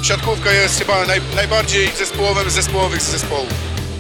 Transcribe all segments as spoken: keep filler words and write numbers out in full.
siatkówka jest chyba naj, najbardziej zespołowym z zespołowych z zespołów.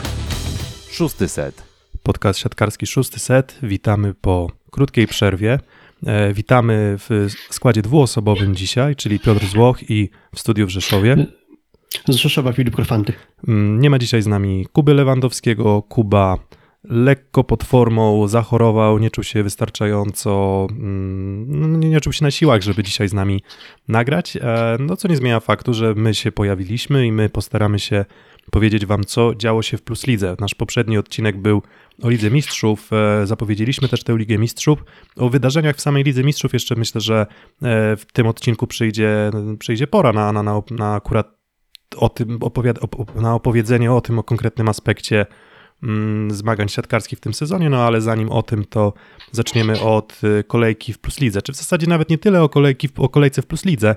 Szósty set. Podcast siatkarski Szósty set. Witamy po krótkiej przerwie. E, witamy w składzie dwuosobowym dzisiaj, czyli Piotr Złoch i w studiu w Rzeszowie. Z Rzeszowa Filip Korfanty. Nie ma dzisiaj z nami Kuby Lewandowskiego. Kuba lekko pod formą zachorował, nie czuł się wystarczająco, no, nie, nie czuł się na siłach, żeby dzisiaj z nami nagrać, no co nie zmienia faktu, że my się pojawiliśmy i my postaramy się powiedzieć wam, co działo się w Plus Lidze. Nasz poprzedni odcinek był o Lidze Mistrzów, zapowiedzieliśmy też tę Ligę Mistrzów. O wydarzeniach w samej Lidze Mistrzów jeszcze myślę, że w tym odcinku przyjdzie, przyjdzie pora na, na, na, na akurat o tym opowiad- op- na opowiedzenie o tym, o konkretnym aspekcie zmagań siatkarskich w tym sezonie, no ale zanim o tym, to zaczniemy od kolejki w Plus Lidze, czy w zasadzie nawet nie tyle o, kolejki, o kolejce w Plus Lidze,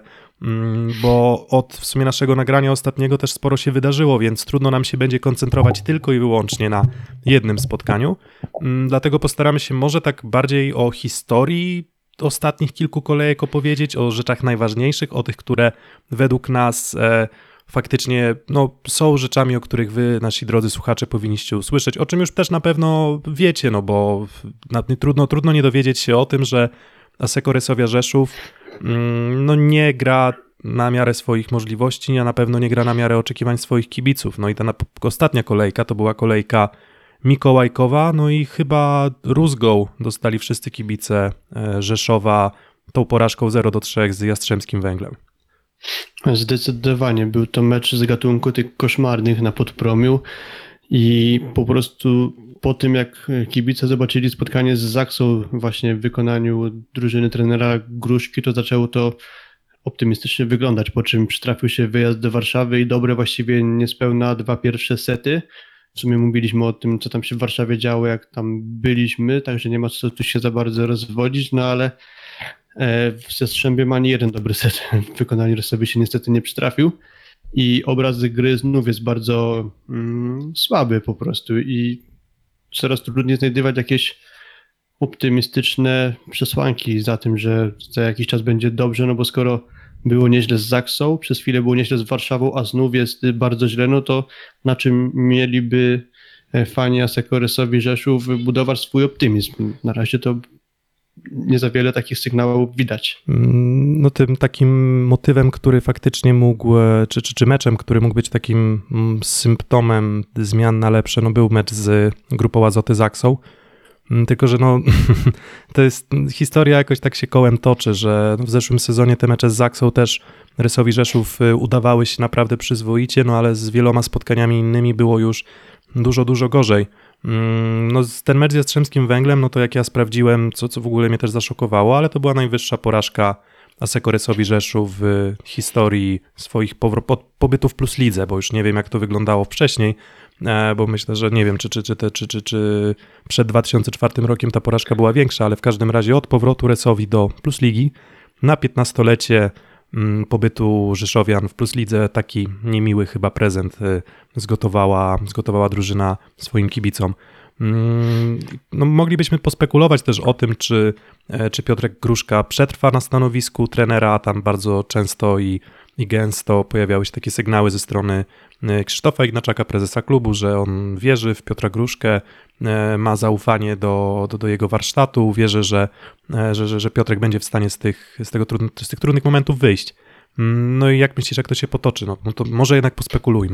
bo od w sumie naszego nagrania ostatniego też sporo się wydarzyło, więc trudno nam się będzie koncentrować tylko i wyłącznie na jednym spotkaniu, dlatego postaramy się może tak bardziej o historii ostatnich kilku kolejek opowiedzieć, o rzeczach najważniejszych, o tych, które według nas e, faktycznie no, są rzeczami, o których wy, nasi drodzy słuchacze, powinniście usłyszeć, o czym już też na pewno wiecie, no bo na, trudno, trudno nie dowiedzieć się o tym, że Asseco Resovia Rzeszów mm, no, nie gra na miarę swoich możliwości, a na pewno nie gra na miarę oczekiwań swoich kibiców. No i ta na, ostatnia kolejka to była kolejka mikołajkowa, no i chyba rózgą dostali wszyscy kibice e, Rzeszowa tą porażką zero do trzech z Jastrzębskim Węglem. Zdecydowanie był to mecz z gatunku tych koszmarnych na Podpromiu i po prostu po tym, jak kibice zobaczyli spotkanie z Zaksą właśnie w wykonaniu drużyny trenera Gruszki, to zaczęło to optymistycznie wyglądać, po czym przytrafił się wyjazd do Warszawy i dobre właściwie niespełna dwa pierwsze sety. W sumie mówiliśmy o tym, co tam się w Warszawie działo, jak tam byliśmy, także nie ma co tu się za bardzo rozwodzić, no ale w Jastrzębie ma nie jeden dobry set, w wykonaniu Resovii się niestety nie przytrafił i obraz gry znów jest bardzo mm, słaby po prostu i coraz trudniej znajdywać jakieś optymistyczne przesłanki za tym, że za jakiś czas będzie dobrze, no bo skoro było nieźle z Zaksą, przez chwilę było nieźle z Warszawą, a znów jest bardzo źle, no to na czym mieliby fani Asseco Resovii Rzeszów budować swój optymizm? Na razie to nie za wiele takich sygnałów widać. No tym takim motywem, który faktycznie mógł, czy, czy, czy meczem, który mógł być takim symptomem zmian na lepsze, no był mecz z grupą Azoty Zaksą. Tylko, że no to jest historia jakoś tak się kołem toczy, że w zeszłym sezonie te mecze z Zaksą też Resovii Rzeszów udawały się naprawdę przyzwoicie, no ale z wieloma spotkaniami innymi było już dużo, dużo gorzej. No ten mecz z Jastrzębskim Węglem, no to jak ja sprawdziłem, co, co w ogóle mnie też zaszokowało, ale to była najwyższa porażka Asseco Resovii Rzeszów w historii swoich powro- pobytów w Plus Lidze, bo już nie wiem jak to wyglądało wcześniej, bo myślę, że nie wiem, czy, czy, czy, czy, czy, czy, czy przed dwa tysiące czwartym rokiem ta porażka była większa, ale w każdym razie od powrotu Resovii do Plus Ligi na piętnastolecie pobytu Rzeszowian w Plus Lidze taki niemiły chyba prezent zgotowała, zgotowała drużyna swoim kibicom. No, moglibyśmy pospekulować też o tym, czy, czy Piotrek Gruszka przetrwa na stanowisku trenera, tam bardzo często i, i gęsto pojawiały się takie sygnały ze strony Krzysztofa Ignaczaka, prezesa klubu, że on wierzy w Piotra Gruszkę, ma zaufanie do, do, do jego warsztatu, wierzy, że, że, że, że Piotrek będzie w stanie z tych, z, tego trudny, z tych trudnych momentów wyjść. No i jak myślisz, jak to się potoczy? No, no to może jednak pospekulujmy.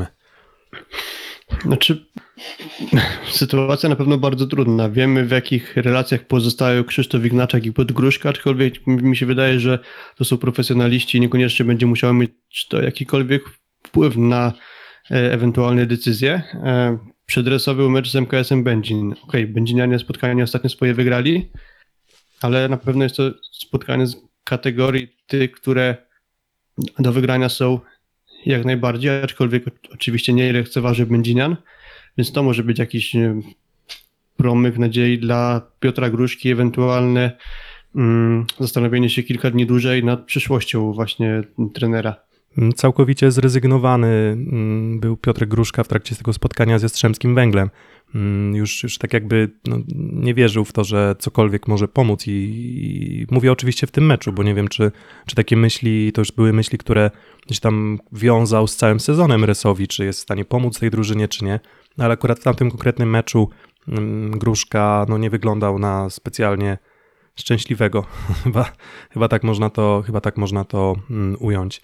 Znaczy, sytuacja na pewno bardzo trudna. Wiemy, w jakich relacjach pozostają Krzysztof Ignaczak i Piotr Gruszka, aczkolwiek mi się wydaje, że to są profesjonaliści i niekoniecznie będzie musiało mieć to jakikolwiek wpływ na e, ewentualne decyzje. E, przed Resowią mecz z M K S-em Będzin. Okej, okay, Będzinianie spotkanie ostatnio swoje wygrali, ale na pewno jest to spotkanie z kategorii tych, które do wygrania są jak najbardziej, aczkolwiek oczywiście nie lekceważy Będzinian, więc to może być jakiś promyk nadziei dla Piotra Gruszki, ewentualne mm, zastanowienie się kilka dni dłużej nad przyszłością właśnie trenera. Całkowicie zrezygnowany był Piotr Gruszka w trakcie tego spotkania z Jastrzębskim Węglem. Już, już tak jakby no, nie wierzył w to, że cokolwiek może pomóc i, i mówię oczywiście w tym meczu, bo nie wiem, czy, czy takie myśli to już były myśli, które gdzieś tam wiązał z całym sezonem Resowi, czy jest w stanie pomóc tej drużynie, czy nie, ale akurat w tamtym konkretnym meczu Gruszka no, nie wyglądał na specjalnie szczęśliwego. chyba, chyba, tak można to, chyba tak można to um, ująć.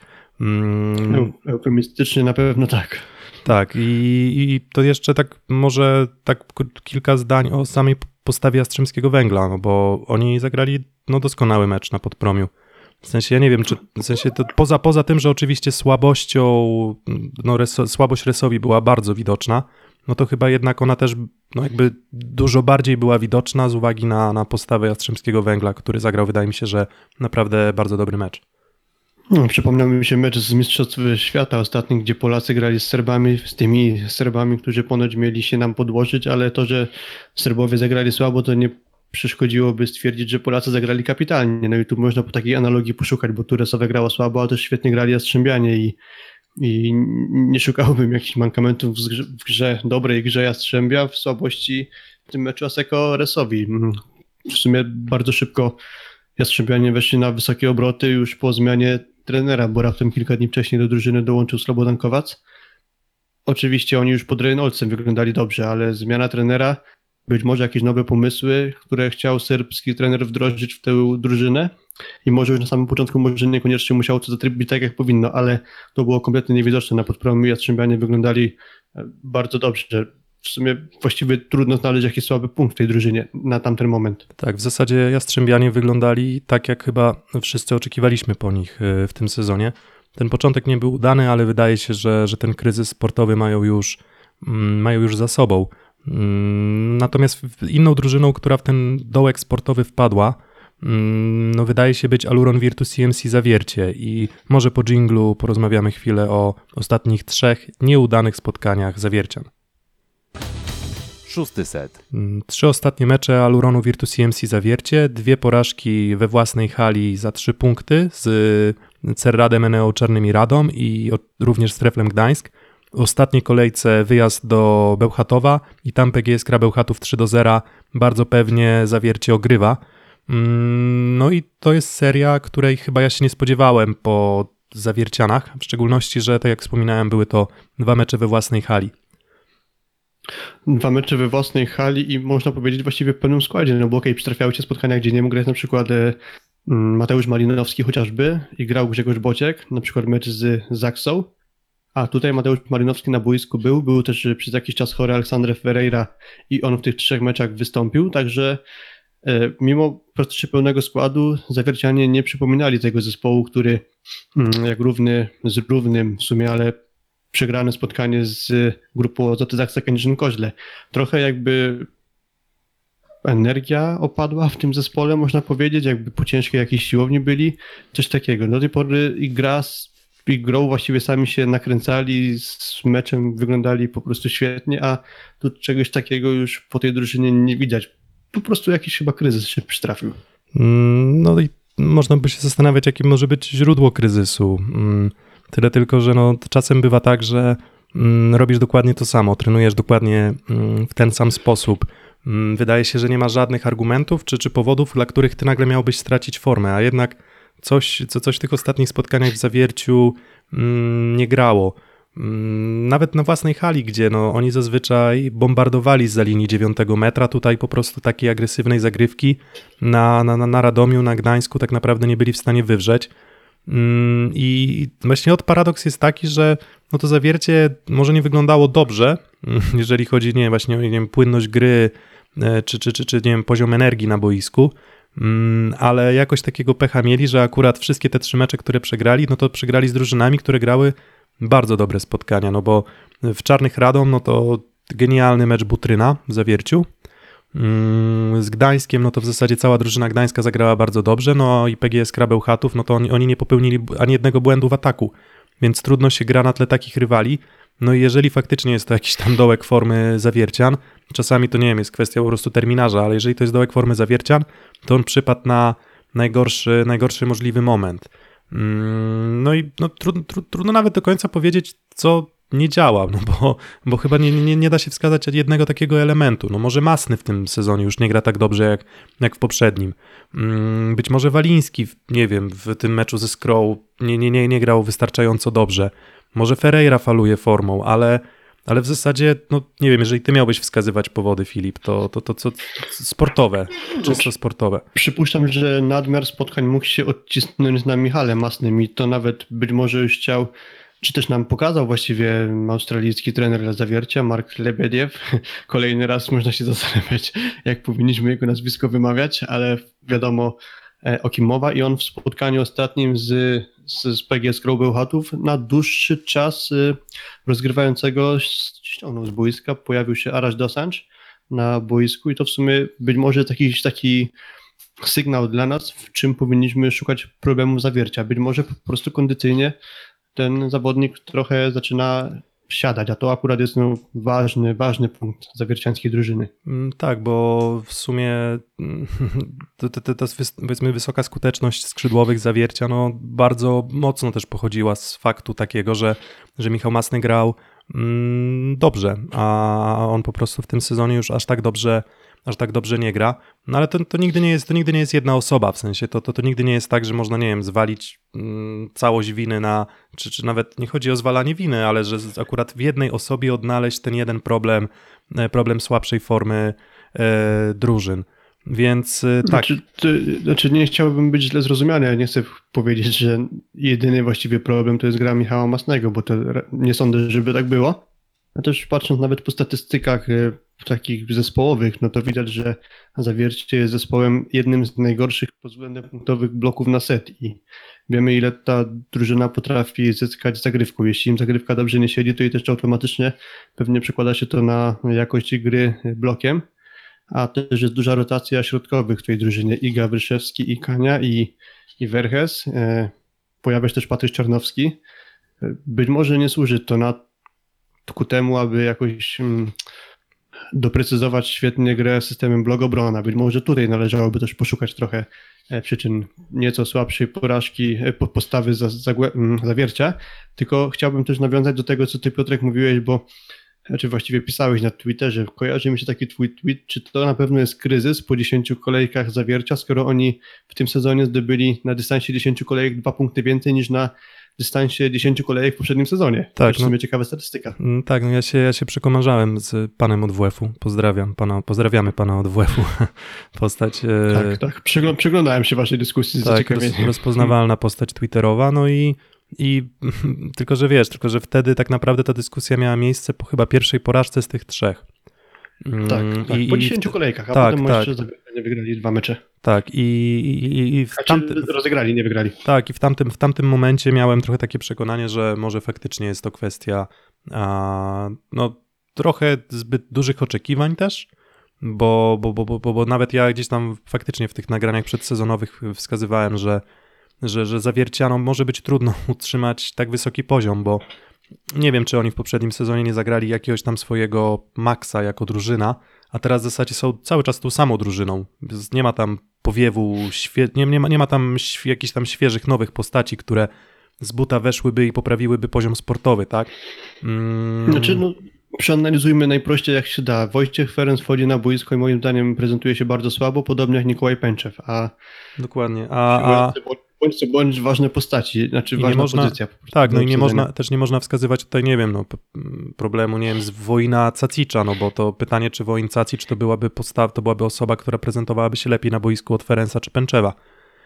Um, Eufemistycznie na pewno tak. Tak, i, i to jeszcze tak może tak kilka zdań o samej postawie Jastrzębskiego Węgla, no bo oni zagrali no, doskonały mecz na Podpromiu. W sensie, ja nie wiem, czy w sensie to poza, poza tym, że oczywiście słabością, no Reso, słabość Resowi była bardzo widoczna, no to chyba jednak ona też no jakby dużo bardziej była widoczna z uwagi na, na postawę Jastrzębskiego Węgla, który zagrał, wydaje mi się, że naprawdę bardzo dobry mecz. No, przypomniał mi się mecz z Mistrzostw Świata ostatni, gdzie Polacy grali z Serbami, z tymi Serbami, którzy ponoć mieli się nam podłożyć, ale to, że Serbowie zagrali słabo, to nie przeszkodziłoby stwierdzić, że Polacy zagrali kapitalnie. No i tu można po takiej analogii poszukać, bo Turesowe grała słabo, a też świetnie grali Jastrzębianie i, i nie szukałbym jakichś mankamentów w grze, w grze, dobrej grze Jastrzębia, w słabości w tym meczu Asseco Resowi. W sumie bardzo szybko Jastrzębianie weszli na wysokie obroty już po zmianie trenera, bo raptem kilka dni wcześniej do drużyny dołączył Slobodan Kovac. Oczywiście oni już pod Reynoldsem wyglądali dobrze, ale zmiana trenera, być może jakieś nowe pomysły, które chciał serbski trener wdrożyć w tę drużynę i może już na samym początku może niekoniecznie musiało to zatrybić tak jak powinno, ale to było kompletnie niewidoczne na Podpromiu. Jastrzębianie wyglądali bardzo dobrze. W sumie właściwie trudno znaleźć jakiś słaby punkt w tej drużynie na tamten moment. Tak, w zasadzie Jastrzębianie wyglądali tak, jak chyba wszyscy oczekiwaliśmy po nich w tym sezonie. Ten początek nie był udany, ale wydaje się, że, że ten kryzys sportowy mają już, mają już za sobą. Natomiast inną drużyną, która w ten dołek sportowy wpadła, no wydaje się być Aluron Virtus C M C Zawiercie i może po dżinglu porozmawiamy chwilę o ostatnich trzech nieudanych spotkaniach zawiercian. Szósty set. Trzy ostatnie mecze Aluronu Virtus C M C Zawiercie, dwie porażki we własnej hali za trzy punkty z Cerradem Eneo Czarnymi Radom i również z Treflem Gdańsk. W ostatniej kolejce wyjazd do Bełchatowa i tam P G S K Bełchatów trzy do zera bardzo pewnie Zawiercie ogrywa. No i to jest seria, której chyba ja się nie spodziewałem po Zawiercianach, w szczególności, że tak jak wspominałem, były to dwa mecze we własnej hali. Dwa mecze we własnej hali i można powiedzieć właściwie w pełnym składzie, no bo okej, przytrafiały się spotkania, gdzie nie mógł grać na przykład Mateusz Malinowski chociażby i grał Grzegorz Bociek, na przykład mecz z Zaksą, a tutaj Mateusz Malinowski na boisku był, był też przez jakiś czas chory Alexandre Ferreira i on w tych trzech meczach wystąpił, także mimo praktycznie pełnego składu Zawiercianie nie przypominali tego zespołu, który jak równy z równym w sumie, ale przegrane spotkanie z grupą Azoty Zaksa Kędzierzyn-Koźle. Trochę jakby energia opadła w tym zespole, można powiedzieć, jakby po ciężkiej jakiejś siłowni byli, coś takiego. Do tej pory i gra i grą właściwie sami się nakręcali, z meczem wyglądali po prostu świetnie, a tu czegoś takiego już po tej drużynie nie widać. Po prostu jakiś chyba kryzys się przytrafił. No i można by się zastanawiać, jakie może być źródło kryzysu. Tyle tylko, że no, czasem bywa tak, że mm, robisz dokładnie to samo, trenujesz dokładnie mm, w ten sam sposób. Mm, wydaje się, że nie ma żadnych argumentów czy, czy powodów, dla których ty nagle miałbyś stracić formę, a jednak coś, co, coś w tych ostatnich spotkaniach w Zawierciu mm, nie grało. Mm, nawet na własnej hali, gdzie no, oni zazwyczaj bombardowali zza linii dziewiątego metra, tutaj po prostu takiej agresywnej zagrywki na, na, na Radomiu, na Gdańsku tak naprawdę nie byli w stanie wywrzeć. I właśnie od paradoks jest taki, że no to Zawiercie może nie wyglądało dobrze, jeżeli chodzi nie, właśnie o nie wiem, płynność gry, czy, czy, czy, czy nie wiem, poziom energii na boisku, ale jakoś takiego pecha mieli, że akurat wszystkie te trzy mecze, które przegrali, no to przegrali z drużynami, które grały bardzo dobre spotkania, no bo w Czarnych Radom, no to genialny mecz Butryna w Zawierciu, z Gdańskiem, no to w zasadzie cała drużyna gdańska zagrała bardzo dobrze, no i P G S K Bełchatów, no to oni, oni nie popełnili ani jednego błędu w ataku, więc trudno się gra na tle takich rywali, no i jeżeli faktycznie jest to jakiś tam dołek formy Zawiercian, czasami to nie wiem, jest kwestia po prostu terminarza, ale jeżeli to jest dołek formy Zawiercian, to on przypadł na najgorszy, najgorszy możliwy moment. No i no, trudno, tru, trudno nawet do końca powiedzieć, co nie działa, no bo, bo chyba nie, nie, nie da się wskazać jednego takiego elementu. No może Masny w tym sezonie już nie gra tak dobrze jak, jak w poprzednim. Być może Waliński, nie wiem, w tym meczu ze Skrow nie, nie, nie, nie grał wystarczająco dobrze. Może Ferreira faluje formą, ale, ale w zasadzie, no nie wiem, jeżeli ty miałbyś wskazywać powody, Filip, to, to, to co sportowe, czysto sportowe. Przypuszczam, że nadmiar spotkań mógł się odcisnąć na Michale Masnym i to nawet być może już chciał, czy też nam pokazał właściwie australijski trener Zawiercia, Mark Lebediew. Kolejny raz można się zastanawiać, jak powinniśmy jego nazwisko wymawiać, ale wiadomo, o kim mowa. I on w spotkaniu ostatnim z, z, z P G S Skrow Bełchatów na dłuższy czas rozgrywającego ściągnął z boiska. Pojawił się Arash Dosanjh na boisku i to w sumie być może taki, taki sygnał dla nas, w czym powinniśmy szukać problemów Zawiercia. Być może po prostu kondycyjnie ten zawodnik trochę zaczyna siadać, a to akurat jest no, ważny, ważny punkt zawierciańskiej drużyny. Tak, bo w sumie to, to, to, to powiedzmy wysoka skuteczność skrzydłowych Zawiercia no, bardzo mocno też pochodziła z faktu takiego, że, że Michał Masny grał mm, dobrze, a on po prostu w tym sezonie już aż tak dobrze aż tak dobrze nie gra, no ale to, to, nigdy nie jest, to nigdy nie jest jedna osoba, w sensie to, to, to nigdy nie jest tak, że można, nie wiem, zwalić mm, całość winy na, czy, czy nawet nie chodzi o zwalanie winy, ale że akurat w jednej osobie odnaleźć ten jeden problem, problem słabszej formy e, drużyn. Więc e, tak. Znaczy, to, znaczy nie chciałbym być źle zrozumiany, ja nie chcę powiedzieć, że jedyny właściwie problem to jest gra Michała Masnego, bo to nie sądzę, żeby tak było. A też patrząc nawet po statystykach takich zespołowych, no to widać, że Zawiercie jest zespołem jednym z najgorszych pod względem punktowych bloków na set i wiemy, ile ta drużyna potrafi zyskać zagrywką. Jeśli im zagrywka dobrze nie siedzi, to i też automatycznie pewnie przekłada się to na jakość gry blokiem, a też jest duża rotacja środkowych w tej drużynie. I Gawryszewski, i Kania, i, i Verhes. Pojawia się też Patryk Czarnowski. Być może nie służy to na ku temu, aby jakoś hmm, doprecyzować świetnie grę systemem blogobrona. Być może tutaj należałoby też poszukać trochę e, przyczyn nieco słabszej porażki, e, postawy za, za, Zawiercia, tylko chciałbym też nawiązać do tego, co ty, Piotrek, mówiłeś, bo czy właściwie pisałeś na Twitterze, kojarzy mi się taki twój tweet, czy to na pewno jest kryzys po dziesięciu kolejkach Zawiercia, skoro oni w tym sezonie zdobyli na dystansie dziesięciu kolejek dwa punkty więcej niż na dystansie dziesięciu kolejek w poprzednim sezonie. Tak, to w sumie no, ciekawa statystyka. Tak, no ja się, ja się przekomarzałem z panem od W F u. Pozdrawiam pana, pozdrawiamy pana od W F u. Postać... Tak, tak. Przyglą, przyglądałem się waszej dyskusji z tak, zaciekawieniem. Roz, rozpoznawalna postać twitterowa, no i I tylko, że wiesz, tylko, że wtedy tak naprawdę ta dyskusja miała miejsce po chyba pierwszej porażce z tych trzech. Tak, tak I, po i, dziesięciu kolejkach, a tak, potem tak. jeszcze nie wygrali dwa mecze. Tak, i, i, i w znaczy, tamtym... rozegrali, nie wygrali. Tak, i w tamtym, w tamtym momencie miałem trochę takie przekonanie, że może faktycznie jest to kwestia a, no, trochę zbyt dużych oczekiwań też, bo, bo, bo, bo, bo nawet ja gdzieś tam faktycznie w tych nagraniach przedsezonowych wskazywałem, że że, że Zawiercianom może być trudno utrzymać tak wysoki poziom, bo nie wiem, czy oni w poprzednim sezonie nie zagrali jakiegoś tam swojego maksa jako drużyna, a teraz w zasadzie są cały czas tą samą drużyną. Nie ma tam powiewu, świe... nie, nie, ma, nie ma tam świe... jakichś tam świeżych, nowych postaci, które z buta weszłyby i poprawiłyby poziom sportowy, tak? Mm. Znaczy, no, przeanalizujmy najprościej jak się da. Wojciech Ferenc wchodzi na boisko i moim zdaniem prezentuje się bardzo słabo, podobnie jak Nikołaj Pęczew, a... Dokładnie, a... a... Bądź co bądź ważne postaci, znaczy I ważna można, pozycja. Po tak, no i nie można, też nie można wskazywać tutaj, nie wiem, no, problemu, nie wiem, z Wojna Cacicza, no bo to pytanie, czy Wojn Cacicz to byłaby postaw, to byłaby osoba, która prezentowałaby się lepiej na boisku od Ferenca czy Pęczewa.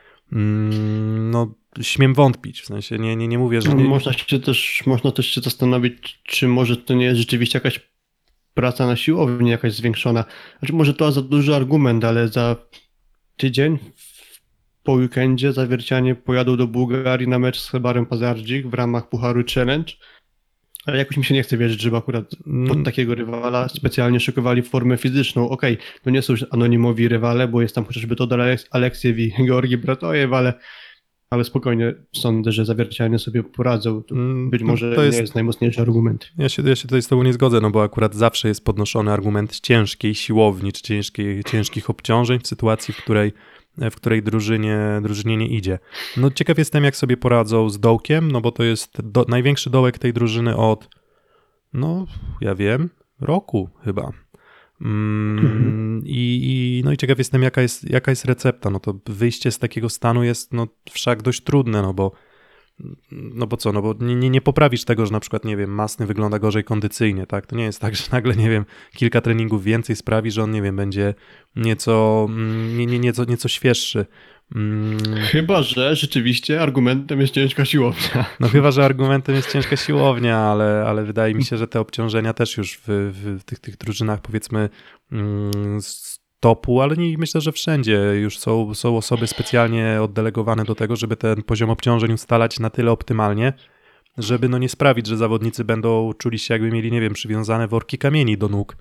Mm, no, śmiem wątpić, w sensie nie, nie, nie mówię, że... Nie... Można się też, można też się zastanowić, czy może to nie jest rzeczywiście jakaś praca na siłowni, jakaś zwiększona. Znaczy może to za duży argument, ale za tydzień po weekendzie Zawiercianie pojadą do Bułgarii na mecz z Hebarem Pazardzik w ramach Pucharu Challenge. Ale jakoś mi się nie chce wierzyć, żeby akurat pod takiego rywala specjalnie szykowali formę fizyczną. Okej, okay, to nie są już anonimowi rywale, bo jest tam chociażby Todor Aleksiew i Georgi Bratojew, ale, ale spokojnie sądzę, że Zawiercianie sobie poradzą. To być może to jest, nie jest najmocniejszy argument. Ja się, ja się tutaj z tobą nie zgodzę, no bo akurat zawsze jest podnoszony argument ciężkiej siłowni, czy ciężkiej, ciężkich obciążeń w sytuacji, w której w której drużynie, drużynie nie idzie. No ciekaw jestem, jak sobie poradzą z dołkiem, no bo to jest do, największy dołek tej drużyny od, no ja wiem, roku chyba. Mm, mhm. i, i, no i ciekaw jestem, jaka jest, jaka jest recepta. No to wyjście z takiego stanu jest no wszak dość trudne, no bo no bo co, no bo nie, nie, nie poprawisz tego, że na przykład, nie wiem, Masny wygląda gorzej kondycyjnie, tak? To nie jest tak, że nagle, nie wiem, kilka treningów więcej sprawi, że on, nie wiem, będzie nieco, nie, nie, nieco, nieco świeższy. Chyba, że rzeczywiście argumentem jest ciężka siłownia. No chyba, że argumentem jest ciężka siłownia, ale, ale wydaje mi się, że te obciążenia też już w, w tych, tych drużynach, powiedzmy, z topu, ale nie, myślę, że wszędzie już są, są osoby specjalnie oddelegowane do tego, żeby ten poziom obciążeń ustalać na tyle optymalnie, żeby no nie sprawić, że zawodnicy będą czuli się, jakby mieli, nie wiem, przywiązane worki kamieni do nóg.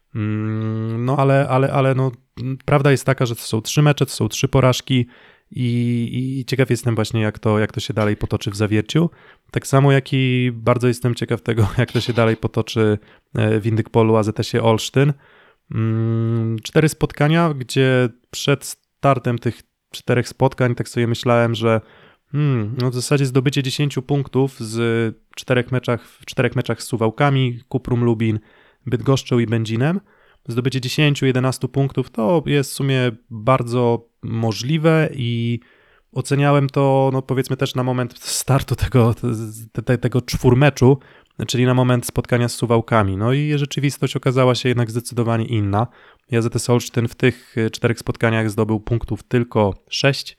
No ale, ale, ale no, prawda jest taka, że to są trzy mecze, to są trzy porażki i, i ciekaw jestem właśnie, jak to, jak to się dalej potoczy w Zawierciu. Tak samo jak i bardzo jestem ciekaw tego, jak to się dalej potoczy w Indykpolu A Z S-ie Olsztyn. Cztery spotkania, gdzie przed startem tych czterech spotkań tak sobie myślałem, że hmm, no w zasadzie zdobycie dziesięć punktów z czterech meczach, w czterech meczach z Suwałkami, Kuprum Lubin, Bydgoszczą i Będzinem, zdobycie dziesięć jedenaście punktów to jest w sumie bardzo możliwe i oceniałem to, no powiedzmy też na moment startu tego, te, te, tego czwórmeczu, czyli na moment spotkania z Suwałkami. No i rzeczywistość okazała się jednak zdecydowanie inna. A Z S Olsztyn w tych czterech spotkaniach zdobył punktów tylko sześć.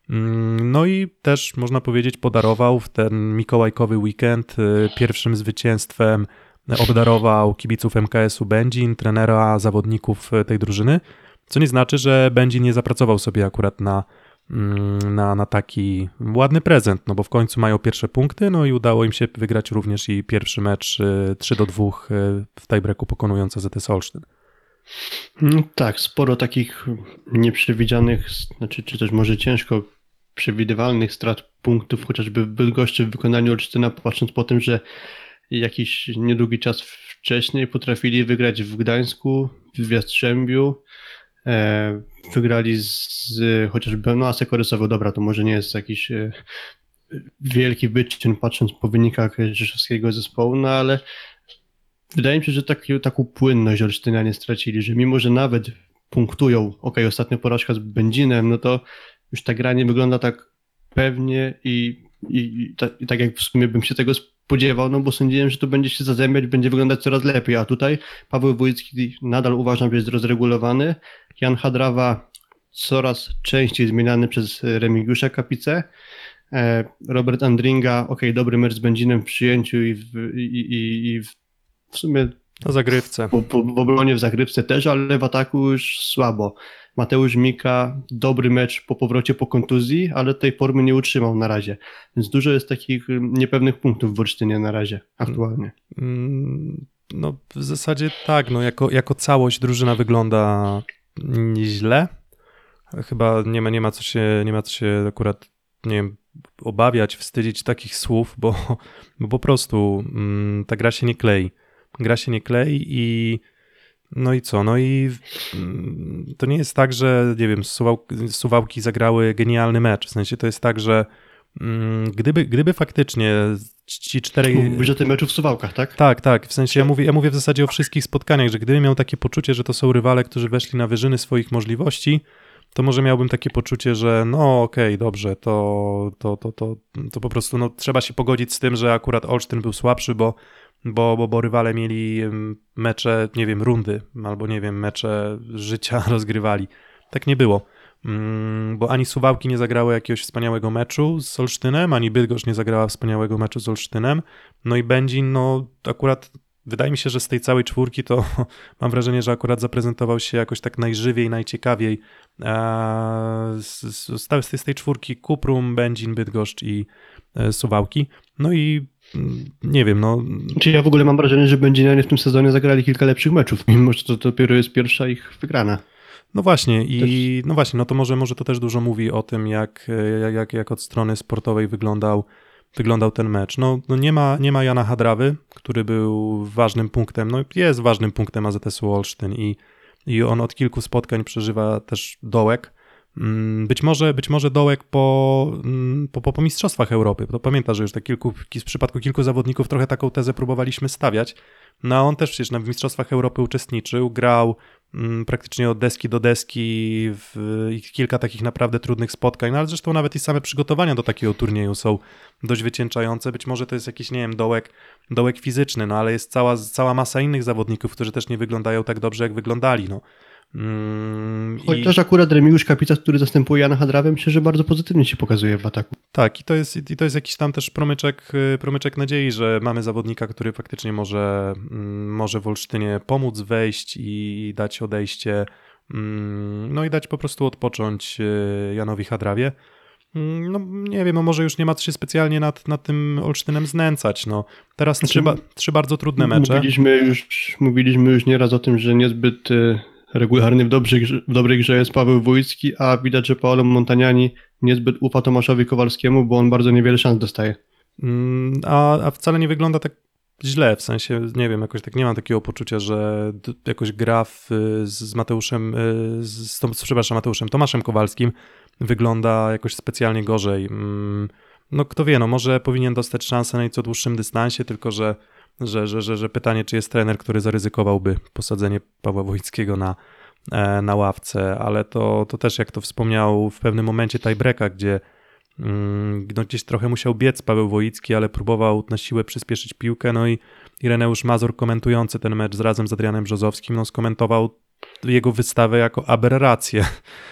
No i też można powiedzieć podarował w ten mikołajkowy weekend pierwszym zwycięstwem obdarował kibiców M K S-u Będzin, trenera, zawodników tej drużyny, co nie znaczy, że Będzin nie zapracował sobie akurat na, na, na taki ładny prezent, no bo w końcu mają pierwsze punkty, no i udało im się wygrać również i pierwszy mecz trzy do dwóch w tiebreaku pokonując A Z S Olsztyn. No tak, sporo takich nieprzewidzianych, znaczy czy też może ciężko przewidywalnych strat punktów, chociażby w Bydgoszczy w wykonaniu Olsztyna, patrząc po tym, że jakiś niedługi czas wcześniej potrafili wygrać w Gdańsku, w Jastrzębiu, e, wygrali z, z chociażby, no Asek Orysowo, dobra, to może nie jest jakiś e, wielki wyczyn patrząc po wynikach rzeszowskiego zespołu, no ale wydaje mi się, że taki, taką płynność Olsztynianie stracili, że mimo, że nawet punktują, ok, ostatnia porażka z Będzinem, no to już ta gra nie wygląda tak pewnie i, i, i, ta, i tak jak w sumie bym się tego spodziewał, no bo sądziłem, że to będzie się zazębiać, będzie wyglądać coraz lepiej, a tutaj Paweł Wójcki nadal uważam, że jest rozregulowany, Jan Hadrawa coraz częściej zmieniany przez Remigiusza Kapicę, Robert Andringa, ok, dobry mecz z Będzinem w przyjęciu i w, i, i, i w, w sumie na zagrywce. Po, po, w obronie w zagrywce też, ale w ataku już słabo. Mateusz Mika, dobry mecz po powrocie po kontuzji, ale tej formy nie utrzymał na razie. Więc dużo jest takich niepewnych punktów w Olsztynie na razie, aktualnie. No w zasadzie tak, no jako, jako całość drużyna wygląda nieźle. Chyba nie ma, nie ma co się, nie ma co się akurat, nie wiem, obawiać, wstydzić takich słów, bo, bo po prostu mm, ta gra się nie klei. Gra się nie klei i no i co? No i to nie jest tak, że nie wiem, Suwałki zagrały genialny mecz. W sensie to jest tak, że gdyby, gdyby faktycznie ci czterej... Mówisz o tym meczu w Suwałkach, tak? Tak, tak. W sensie ja mówię, ja mówię w zasadzie o wszystkich spotkaniach, że gdybym miał takie poczucie, że to są rywale, którzy weszli na wyżyny swoich możliwości, to może miałbym takie poczucie, że no okej, okay, dobrze, to, to, to, to, to po prostu no, trzeba się pogodzić z tym, że akurat Olsztyn był słabszy, bo Bo, bo, bo rywale mieli mecze, nie wiem, rundy, albo nie wiem, mecze życia rozgrywali. Tak nie było, bo ani Suwałki nie zagrały jakiegoś wspaniałego meczu z Olsztynem, ani Bydgoszcz nie zagrała wspaniałego meczu z Olsztynem. No i Będzin, no akurat wydaje mi się, że z tej całej czwórki to mam wrażenie, że akurat zaprezentował się jakoś tak najżywiej, najciekawiej. Z, z, z tej czwórki Kuprum, Będzin, Bydgoszcz i Suwałki. No i nie wiem, no... Czyli ja w ogóle mam wrażenie, że Będzinianie w tym sezonie zagrali kilka lepszych meczów, mimo że to dopiero jest pierwsza ich wygrana. No właśnie i też... no właśnie, no to może, może to też dużo mówi o tym, jak, jak, jak od strony sportowej wyglądał, wyglądał ten mecz. No, no nie ma, nie ma Jana Hadrawy, który był ważnym punktem, no jest ważnym punktem A Z S-u Olsztyn i, i on od kilku spotkań przeżywa też dołek. Być może, być może Dołek po, po, po, po Mistrzostwach Europy, to pamięta, że już tak kilku, w przypadku kilku zawodników trochę taką tezę próbowaliśmy stawiać, no a on też przecież w Mistrzostwach Europy uczestniczył, grał m, praktycznie od deski do deski w i kilka takich naprawdę trudnych spotkań, no ale zresztą nawet i same przygotowania do takiego turnieju są dość wycieńczające, być może to jest jakiś, nie wiem, dołek, dołek fizyczny, no ale jest cała, cała masa innych zawodników, którzy też nie wyglądają tak dobrze, jak wyglądali, no. Mm, Chociaż i... akurat Remigiusz Kapitas, który zastępuje Jana Hadrawę, myślę, że bardzo pozytywnie się pokazuje w ataku. Tak, i to jest, i to jest jakiś tam też promyczek, promyczek nadziei, że mamy zawodnika, który faktycznie może, może w Olsztynie pomóc wejść i dać odejście, no i dać po prostu odpocząć Janowi Hadrawie. No nie wiem, no może już nie ma się specjalnie nad, nad tym Olsztynem znęcać. No, teraz Znaczy, trzy, ba, trzy bardzo trudne mecze. Mówiliśmy już, mówiliśmy już nieraz o tym, że niezbyt regularny w, dobrej, w dobrej grze jest Paweł Wójcki, a widać, że Paolo Montagnani niezbyt ufa Tomaszowi Kowalskiemu, bo on bardzo niewiele szans dostaje. A, a wcale nie wygląda tak źle, w sensie, nie wiem, jakoś tak nie mam takiego poczucia, że jakoś gra w, z Mateuszem, z, z, przepraszam, Mateuszem, Tomaszem Kowalskim wygląda jakoś specjalnie gorzej. No kto wie, no może powinien dostać szansę na nieco dłuższym dystansie, tylko że Że, że, że, że pytanie, czy jest trener, który zaryzykowałby posadzenie Pawła Wójckiego na, na ławce, ale to, to też, jak to wspomniał w pewnym momencie tiebreaka, gdzie mm, no, gdzieś trochę musiał biec Paweł Wójcki, ale próbował na siłę przyspieszyć piłkę, no i Ireneusz Mazur, komentujący ten mecz z razem z Adrianem Brzozowskim, no skomentował jego wystawę jako aberrację.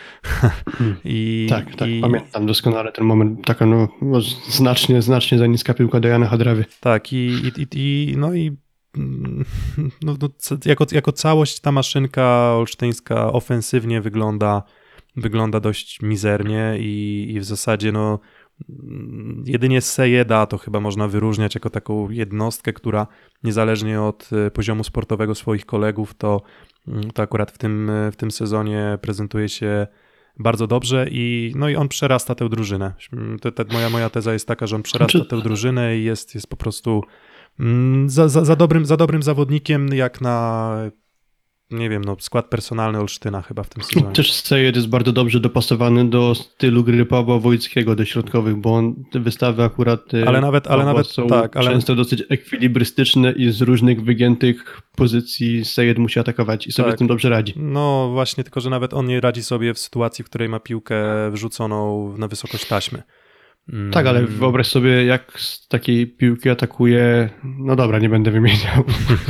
I, tak, tak, i, pamiętam doskonale ten moment, taka no, no znacznie, znacznie za niska piłka do Jana Hadrawy. Tak, i, i, i no i no, no, jako, jako całość ta maszynka olsztyńska ofensywnie wygląda, wygląda dość mizernie i, i w zasadzie no jedynie Sejeda to chyba można wyróżniać jako taką jednostkę, która niezależnie od poziomu sportowego swoich kolegów, to, to akurat w tym, w tym sezonie prezentuje się bardzo dobrze i, no i on przerasta tę drużynę. To, to, moja, moja teza jest taka, że on przerasta tę drużynę i jest, jest po prostu za, za, za, dobrym, za dobrym zawodnikiem jak na, nie wiem, no skład personalny Olsztyna chyba w tym sezonie. Też Sejed jest bardzo dobrze dopasowany do stylu gry Pawła Wójckiego do środkowych, bo on te wystawy akurat ale nawet, ale nawet są tak, ale... często dosyć ekwilibrystyczne i z różnych wygiętych pozycji Sejed musi atakować i sobie tak. z tym dobrze radzi. No właśnie, tylko że nawet on nie radzi sobie w sytuacji, w której ma piłkę wrzuconą na wysokość taśmy. Mm. Tak, ale wyobraź sobie, jak z takiej piłki atakuje, no dobra, nie będę wymieniał.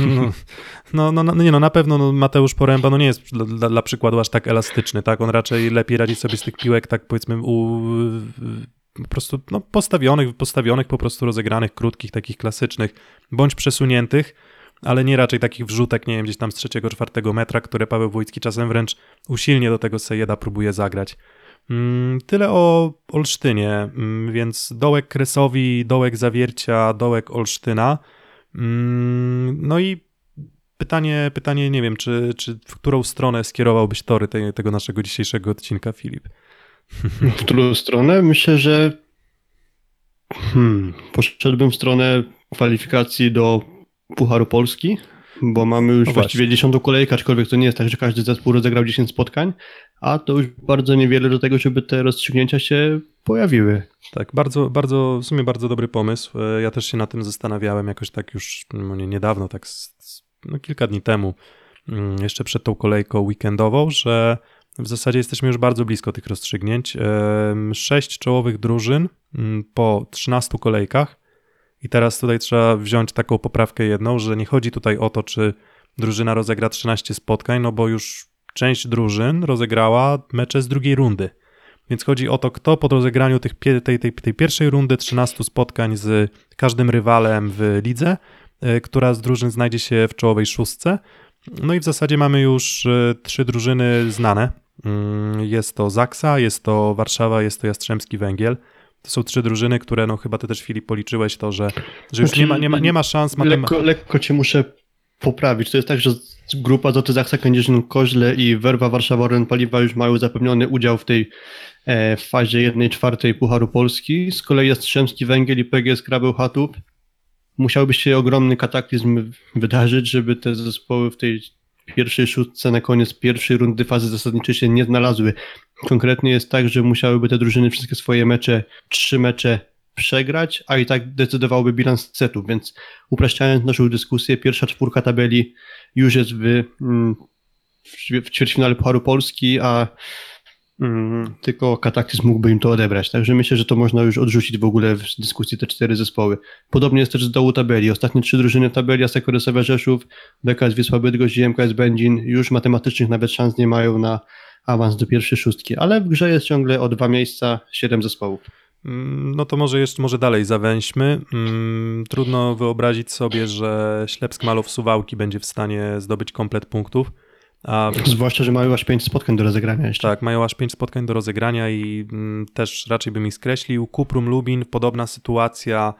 No, no, no, no nie no, na pewno no, Mateusz Poręba no nie jest dla, dla, dla przykładu aż tak elastyczny, tak? On raczej lepiej radzi sobie z tych piłek, tak powiedzmy u, po prostu no, postawionych, postawionych, po prostu rozegranych, krótkich, takich klasycznych, bądź przesuniętych, ale nie raczej takich wrzutek, nie wiem, gdzieś tam z trzeciego, czwartego metra, które Paweł Wójcki czasem wręcz usilnie do tego Sejeda próbuje zagrać. Tyle o Olsztynie, więc dołek Kresowi, dołek Zawiercia, dołek Olsztyna. No i pytanie, pytanie nie wiem, czy, czy w którą stronę skierowałbyś tory te, tego naszego dzisiejszego odcinka, Filip? W którą stronę? Myślę, że hmm, poszedłbym w stronę kwalifikacji do Pucharu Polski, bo mamy już no właściwie dziesiątą kolejkę, aczkolwiek to nie jest tak, że każdy zespół rozegrał dziesięć spotkań, a to już bardzo niewiele do tego, żeby te rozstrzygnięcia się pojawiły. Tak, bardzo, bardzo, w sumie bardzo dobry pomysł. Ja też się na tym zastanawiałem jakoś tak już no nie niedawno, tak z, no kilka dni temu, jeszcze przed tą kolejką weekendową, że w zasadzie jesteśmy już bardzo blisko tych rozstrzygnięć. Sześć czołowych drużyn po trzynastu kolejkach. I teraz tutaj trzeba wziąć taką poprawkę jedną, że nie chodzi tutaj o to, czy drużyna rozegra trzynaście spotkań, no bo już część drużyn rozegrała mecze z drugiej rundy. Więc chodzi o to, kto po rozegraniu tych, tej, tej, tej pierwszej rundy trzynastu spotkań z każdym rywalem w lidze, która z drużyn znajdzie się w czołowej szóstce. No i w zasadzie mamy już trzy drużyny znane. Jest to Zaksa, jest to Warszawa, jest to Jastrzębski Węgiel. To są trzy drużyny, które no chyba ty też, Filip, policzyłeś to, że, że już znaczy, nie ma, nie ma, nie ma szans. Lekko, lekko cię muszę poprawić. To jest tak, że grupa Zoty Zaksa, Kędzierzyn, Koźle i Werwa Warszawa Orlen Paliwa już mają zapewniony udział w tej e, w fazie jednej czwartej Pucharu Polski. Z kolei Jastrzębski Węgiel i P G S Krabeł Chatów musiałby się ogromny kataklizm wydarzyć, żeby te zespoły w tej pierwszej szóstce na koniec pierwszej rundy fazy zasadniczej się nie znalazły. Konkretnie jest tak, że musiałyby te drużyny wszystkie swoje mecze, trzy mecze przegrać, a i tak decydowałoby bilans setów, więc upraszczając naszą dyskusję, pierwsza czwórka tabeli już jest w, w ćwierćfinale Pucharu Polski, a mm, tylko Kataklizm mógłby im to odebrać. Także myślę, że to można już odrzucić w ogóle w dyskusji te cztery zespoły. Podobnie jest też z dołu tabeli. Ostatnie trzy drużyny tabeli, Asseco Resowa Rzeszów, B K S Wisła Bydgoszcz i M K S Będzin już matematycznych nawet szans nie mają na awans do pierwszej szóstki, ale w grze jest ciągle o dwa miejsca, siedem zespołów. No to może jeszcze może dalej zawęźmy. Trudno wyobrazić sobie, że Ślepsk Malow Suwałki będzie w stanie zdobyć komplet punktów. A... Zwłaszcza, że mają aż pięć spotkań do rozegrania jeszcze. Tak, mają aż pięć spotkań do rozegrania i mm, też raczej bym ich skreślił. Kuprum Lubin, podobna sytuacja.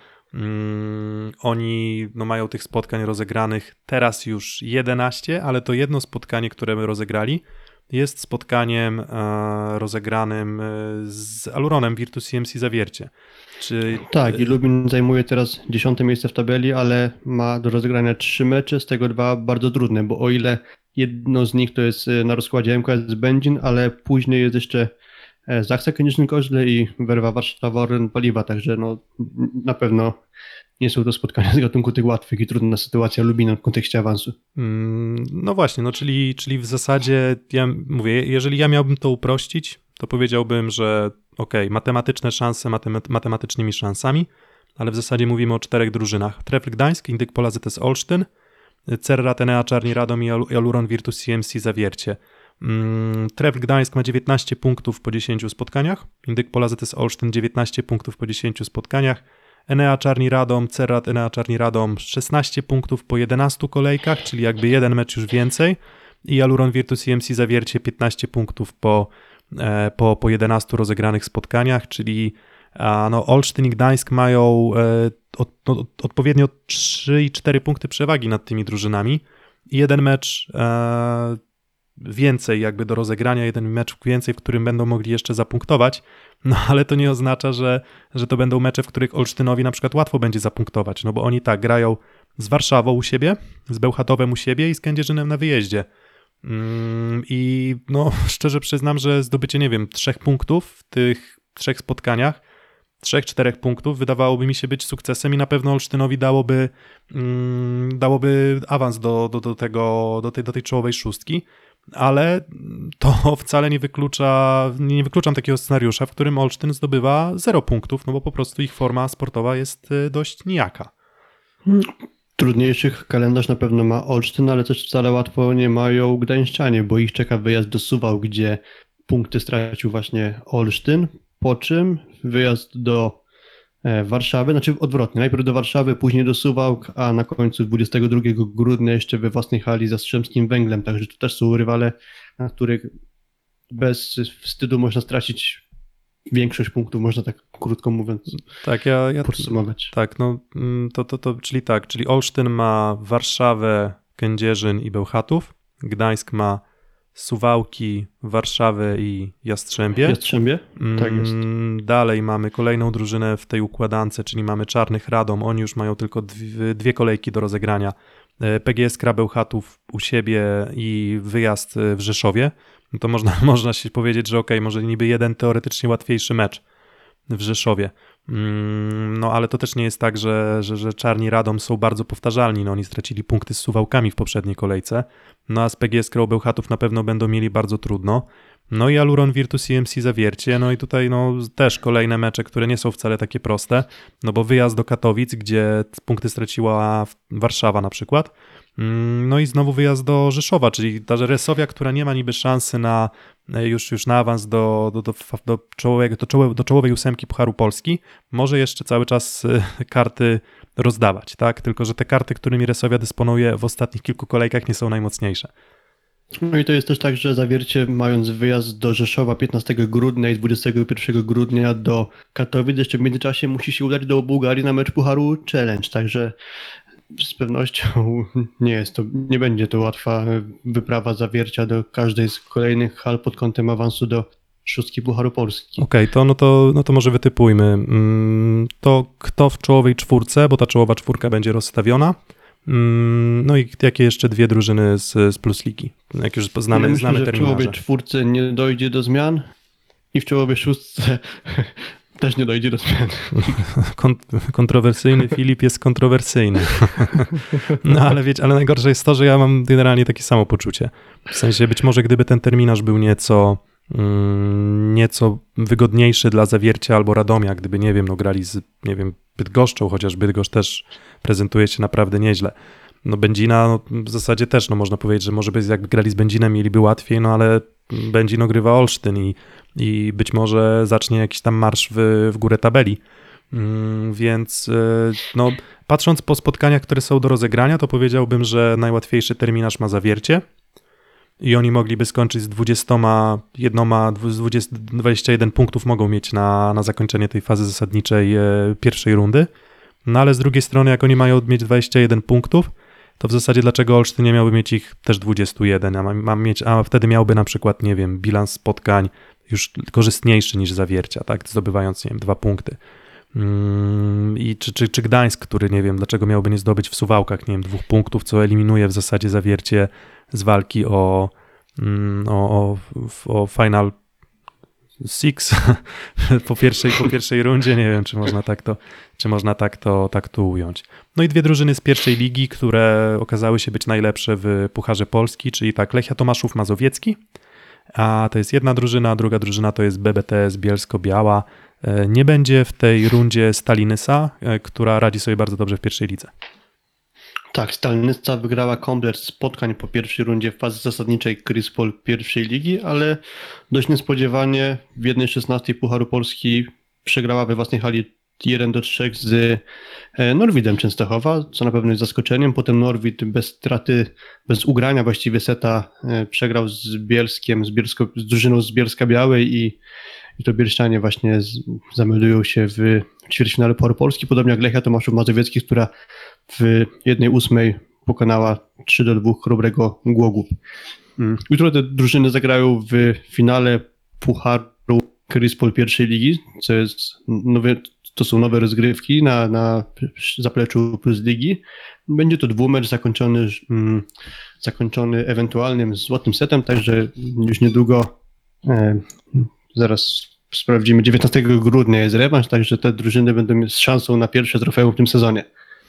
Mm, oni no, mają tych spotkań rozegranych teraz już jedenaście, ale to jedno spotkanie, które my rozegrali, jest spotkaniem e, rozegranym z Aluronem Virtus C M C Zawiercie. Czy... Tak, i Lubin zajmuje teraz dziesiąte miejsce w tabeli, ale ma do rozegrania trzy mecze, z tego dwa bardzo trudne, bo o ile jedno z nich to jest na rozkładzie M K S Będzin, ale później jest jeszcze Zaksa Konieczny-Koźle i Werwa Warszawa Orlen Paliwa, także no, na pewno nie są to spotkania z gatunku tych łatwych i trudna sytuacja Lubina w kontekście awansu. Mm, no właśnie, no czyli, czyli w zasadzie ja mówię, jeżeli ja miałbym to uprościć, to powiedziałbym, że okej, okay, matematyczne szanse matem- matematycznymi szansami, ale w zasadzie mówimy o czterech drużynach. Trefl Gdańsk, Indyk Pola Z S Olsztyn, Cerrat Enea Czarni Radom i Aluron Virtus C M C Zawiercie. Mm, Trefl Gdańsk ma dziewiętnaście punktów po dziesięciu spotkaniach, Indyk Pola Z S Olsztyn dziewiętnaście punktów po dziesięciu spotkaniach, Enea Czarni Radom, Cerrat Enea Czarni Radom szesnaście punktów po jedenastu kolejkach, czyli jakby jeden mecz już więcej, i Aluron Virtus C M C Zawiercie piętnaście punktów po, e, po, po jedenastu rozegranych spotkaniach, czyli a, no, Olsztyn i Gdańsk mają e, od, no, odpowiednio trzy i cztery punkty przewagi nad tymi drużynami i jeden mecz e, więcej jakby do rozegrania, jeden mecz więcej, w którym będą mogli jeszcze zapunktować, no ale to nie oznacza, że, że to będą mecze, w których Olsztynowi na przykład łatwo będzie zapunktować, no bo oni tak grają z Warszawą u siebie, z Bełchatowem u siebie i z Kędzierzynem na wyjeździe. Mm, I no szczerze przyznam, że zdobycie, nie wiem, trzech punktów w tych trzech spotkaniach, trzech, czterech punktów wydawałoby mi się być sukcesem i na pewno Olsztynowi dałoby, mm, dałoby awans do, do, do, tego, do, tej, do tej czołowej szóstki, ale to wcale nie wyklucza, nie wykluczam takiego scenariusza, w którym Olsztyn zdobywa zero punktów, no bo po prostu ich forma sportowa jest dość nijaka. Trudniejszych kalendarz na pewno ma Olsztyn, ale też wcale łatwo nie mają gdańszczanie, bo ich czeka wyjazd do Suwałk, gdzie punkty stracił właśnie Olsztyn, po czym wyjazd do Warszawy, znaczy odwrotnie, najpierw do Warszawy, później do Suwałk, a na końcu dwudziestego drugiego grudnia jeszcze we własnej hali z Jastrzębskim Węglem, także to też są rywale, na których bez wstydu można stracić większość punktów, można tak krótko mówiąc tak, ja, ja, podsumować. Tak, no to, to, to, czyli tak, czyli Olsztyn ma Warszawę, Kędzierzyn i Bełchatów, Gdańsk ma Suwałki, Warszawę i Jastrzębie. Jastrzębie? Tak jest. Dalej mamy kolejną drużynę w tej układance, czyli mamy Czarnych Radom. Oni już mają tylko dwie, dwie kolejki do rozegrania. P G S K Bełchatów u siebie i wyjazd w Rzeszowie. No to można, można się powiedzieć, że okej, okay, może niby jeden teoretycznie łatwiejszy mecz w Rzeszowie. No ale to też nie jest tak, że, że, że Czarni Radom są bardzo powtarzalni. No, oni stracili punkty z Suwałkami w poprzedniej kolejce. No a z P G S K Bełchatów na pewno będą mieli bardzo trudno. No i Aluron Virtus C M C Zawiercie. No i tutaj no, też kolejne mecze, które nie są wcale takie proste. No bo wyjazd do Katowic, gdzie punkty straciła Warszawa na przykład. No i znowu wyjazd do Rzeszowa, czyli ta Resowia, która nie ma niby szansy na już, już na awans do, do, do, do, czołowego, do, czołowej, do czołowej ósemki Pucharu Polski, może jeszcze cały czas karty rozdawać, tak? Tylko że te karty, którymi Resowia dysponuje w ostatnich kilku kolejkach, nie są najmocniejsze. No i to jest też tak, że Zawiercie, mając wyjazd do Rzeszowa piętnastego grudnia i dwudziestego pierwszego grudnia do Katowic, jeszcze w międzyczasie musi się udać do Bułgarii na mecz Pucharu Challenge, także z pewnością nie jest to, nie będzie to łatwa wyprawa Zawiercia do każdej z kolejnych hal pod kątem awansu do szóstki Pucharu Polski. Okej, okay, to, no to no to może wytypujmy. To kto w czołowej czwórce, bo ta czołowa czwórka będzie rozstawiona. Mm, No i jakie jeszcze dwie drużyny z, z Plus Ligi? Jak już znamy, Ja myślę, znamy że w terminarze. czołowej czwórce nie dojdzie do zmian i w czołowej szóstce też nie dojdzie do zmian. Kont- kontrowersyjny Filip jest kontrowersyjny. No ale wiecie, ale najgorsze jest to, że ja mam generalnie takie samo poczucie. W sensie być może gdyby ten terminarz był nieco mm, nieco wygodniejszy dla Zawiercia albo Radomia, gdyby, nie wiem, no grali z, nie wiem, Bydgoszczą, chociaż Bydgoszcz też prezentuje się naprawdę nieźle. No Będzina no, w zasadzie też, no można powiedzieć, że może by jakby grali z Będzinem mieliby łatwiej, no ale Będzin ogrywa Olsztyn i, i być może zacznie jakiś tam marsz w, w górę tabeli. Mm, więc no, patrząc po spotkaniach, które są do rozegrania, to powiedziałbym, że najłatwiejszy terminarz ma Zawiercie i oni mogliby skończyć z dwudziestoma jednoma, z dwudziestu, dwudziestu jeden punktów mogą mieć na, na zakończenie tej fazy zasadniczej e, pierwszej rundy. No ale z drugiej strony, jak oni mają mieć dwadzieścia jeden punktów, to w zasadzie dlaczego Olsztyn nie miałby mieć ich też dwudziestu jeden, a, ma, ma mieć, a wtedy miałby na przykład, nie wiem, bilans spotkań już korzystniejszy niż Zawiercia, tak, zdobywając, nie wiem, dwa punkty. Mm, I czy, czy, czy Gdańsk, który, nie wiem, dlaczego miałby nie zdobyć w Suwałkach, nie wiem, dwóch punktów, co eliminuje w zasadzie Zawiercie z walki o, mm, o, o, o Final Six po pierwszej, po pierwszej rundzie, nie wiem, czy można tak to, czy można tak to, tak to ująć. No i dwie drużyny z pierwszej ligi, które okazały się być najlepsze w Pucharze Polski, czyli tak Lechia Tomaszów Mazowiecki, a to jest jedna drużyna, a druga drużyna to jest B B T S Bielsko-Biała. Nie będzie w tej rundzie Stalinysa, która radzi sobie bardzo dobrze w pierwszej lidze. Tak, Stalnyca wygrała komplet spotkań po pierwszej rundzie w fazie zasadniczej Kryspol pierwszej ligi, ale dość niespodziewanie w jednej szesnastej Pucharu Polski przegrała we własnej hali jeden do trzech z Norwidem Częstochowa, co na pewno jest zaskoczeniem. Potem Norwid bez straty, bez ugrania właściwie seta przegrał z Bielskiem, z, Bielsko, z drużyną z Bielska Białej i, i to bielszczanie właśnie z, zameldują się w ćwierćfinale Pucharu Polski, podobnie jak Lechia Tomaszów Mazowiecki, która w jednej ósmej pokonała trzy do dwóch Chrobrego Głogów. Jutro te drużyny zagrają w finale Pucharu Kryspol pierwszej ligi, co jest nowe, to są nowe rozgrywki na, na zapleczu Plus Ligi. Będzie to dwumecz zakończony, mm, zakończony ewentualnym złotym setem, także już niedługo, e, zaraz sprawdzimy, dziewiętnastego grudnia jest rewanż, także te drużyny będą mieć szansą na pierwsze trofeum w tym sezonie.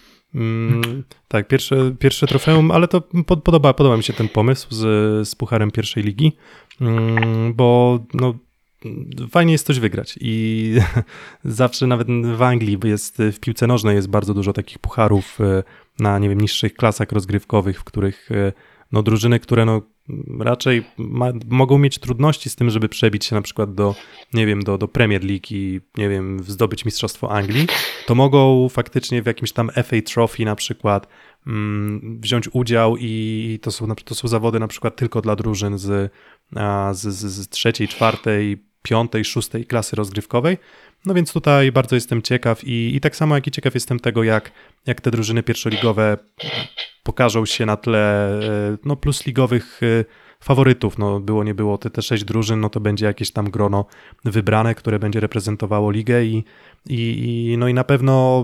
Mm, tak, pierwsze, pierwsze trofeum, ale to pod, podoba, podoba mi się ten pomysł z, z Pucharem pierwszej ligi, mm, bo no, fajnie jest coś wygrać i zawsze nawet w Anglii jest, w piłce nożnej jest bardzo dużo takich pucharów na, nie wiem, niższych klasach rozgrywkowych, w których no, drużyny, które no, raczej ma, mogą mieć trudności z tym, żeby przebić się na przykład do, nie wiem, do, do Premier League i, nie wiem, zdobyć Mistrzostwo Anglii, to mogą faktycznie w jakimś tam F A Trophy na przykład mm, wziąć udział i to są, to są zawody na przykład tylko dla drużyn z, a, z, z, z trzeciej, czwartej, piątej, szóstej klasy rozgrywkowej. No więc tutaj bardzo jestem ciekaw i, i tak samo jak i ciekaw jestem tego, jak, jak te drużyny pierwszoligowe pokażą się na tle no, plusligowych faworytów. No, było, nie było, te, te sześć drużyn, no to będzie jakieś tam grono wybrane, które będzie reprezentowało ligę i, i, i, no i na pewno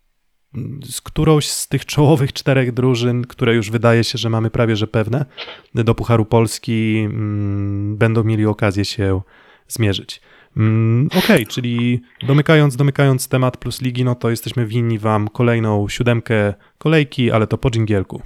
z którąś z tych czołowych czterech drużyn, które już wydaje się, że mamy prawie że pewne, do Pucharu Polski mm, będą mieli okazję się zmierzyć. Mm, Okej, okay, czyli domykając, domykając temat Plus Ligi, no to jesteśmy winni wam kolejną siódemkę kolejki, ale to po dżingielku.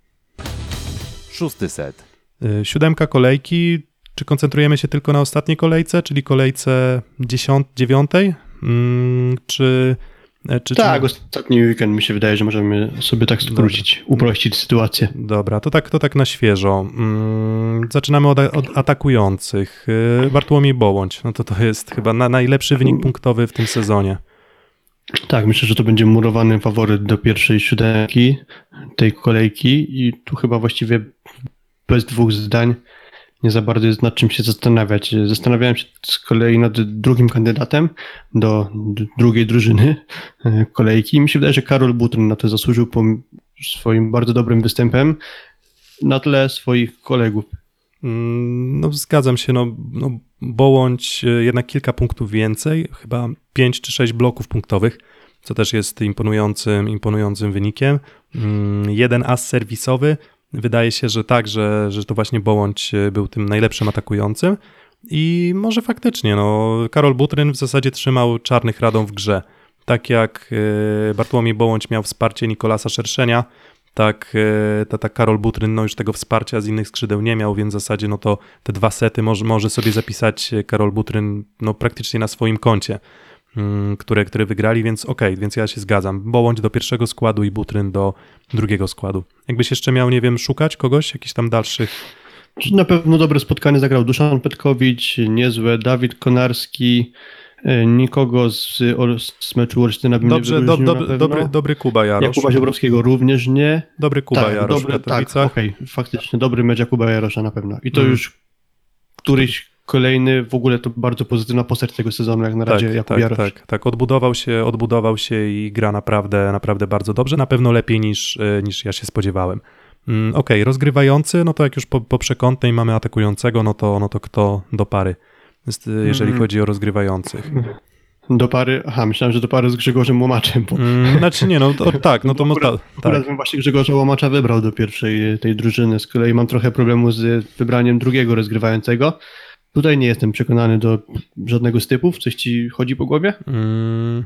Szósty set. Y, siódemka kolejki, czy koncentrujemy się tylko na ostatniej kolejce, czyli kolejce dziesiąt, dziewiątej? Mm, czy... Czy, tak, czy... ostatni weekend mi się wydaje, że możemy sobie tak skrócić, uprościć sytuację. Dobra, to tak, to tak na świeżo. Mm, zaczynamy od, od atakujących. Bartłomiej Bołądź, no to to jest chyba na, najlepszy wynik punktowy w tym sezonie. Tak, myślę, że to będzie murowany faworyt do pierwszej siódemki tej kolejki i tu chyba właściwie bez dwóch zdań nie za bardzo jest nad czym się zastanawiać. Zastanawiałem się z kolei nad drugim kandydatem do drugiej drużyny kolejki. Mi się wydaje, że Karol Butryn na to zasłużył po swoim bardzo dobrym występem na tle swoich kolegów. No zgadzam się, no, no Bołądź jednak kilka punktów więcej, chyba pięć czy sześć bloków punktowych, co też jest imponującym, imponującym wynikiem. Jeden as serwisowy. Wydaje się, że tak, że, że to właśnie Bołądź był tym najlepszym atakującym i może faktycznie, no Karol Butryn w zasadzie trzymał Czarnych Radom w grze. Tak jak Bartłomiej Bołądź miał wsparcie Nikolasa Szerszenia, tak, tak, tak Karol Butryn no już tego wsparcia z innych skrzydeł nie miał, więc w zasadzie no to te dwa sety może, może sobie zapisać Karol Butryn no praktycznie na swoim koncie, które, które wygrali, więc okej, okay, więc ja się zgadzam. Bołądź do pierwszego składu i Butryn do drugiego składu. Jakbyś jeszcze miał, nie wiem, szukać kogoś, jakichś tam dalszych... Na pewno dobre spotkanie zagrał Duszan Petkowicz, niezłe, Dawid Konarski, nikogo z, z meczu Olsztyna bym Dobrze, nie do, wyróżnił do, na pewno. dobry, dobry Kuba Jarosz. Jakuba Ziobrowskiego również nie. Dobry Kuba tak, Jarosz dobry, w Katowicach. Tak, okej, okay, faktycznie dobry mecz Jakuba Jarosza na pewno. I to Mm. już któryś kolejny, w ogóle to bardzo pozytywna postać tego sezonu, jak na razie tak, Jakub tak, Jarosz. Tak, tak, odbudował się, odbudował się i gra naprawdę, naprawdę bardzo dobrze, na pewno lepiej niż, niż ja się spodziewałem. Mm, Okej, okay, rozgrywający, no to jak już po, po przekątnej mamy atakującego, no to, no to kto do pary, jeżeli Mm. chodzi o rozgrywających. Do pary, aha, myślałem, że do pary z Grzegorzem Łomaczem. Bo... Mm, znaczy nie, no to, tak, no to... no, akurat, ta, tak. akurat bym właśnie Grzegorza Łomacza wybrał do pierwszej tej drużyny, z kolei mam trochę problemu z wybraniem drugiego rozgrywającego. Tutaj nie jestem przekonany do żadnego z typów. Coś ci chodzi po głowie? Mm,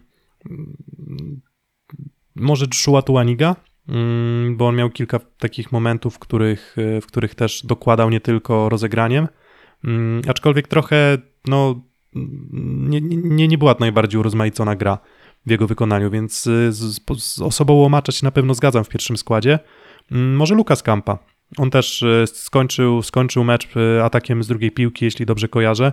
może Joshua Tuaniga, mm, bo on miał kilka takich momentów, w których, w których też dokładał nie tylko rozegraniem, mm, aczkolwiek trochę no, nie, nie, nie była to najbardziej urozmaicona gra w jego wykonaniu, więc z, z, z osobą Łomacza się na pewno zgadzam w pierwszym składzie. Mm, może Lukas Kampa. On też skończył, skończył mecz atakiem z drugiej piłki, jeśli dobrze kojarzę,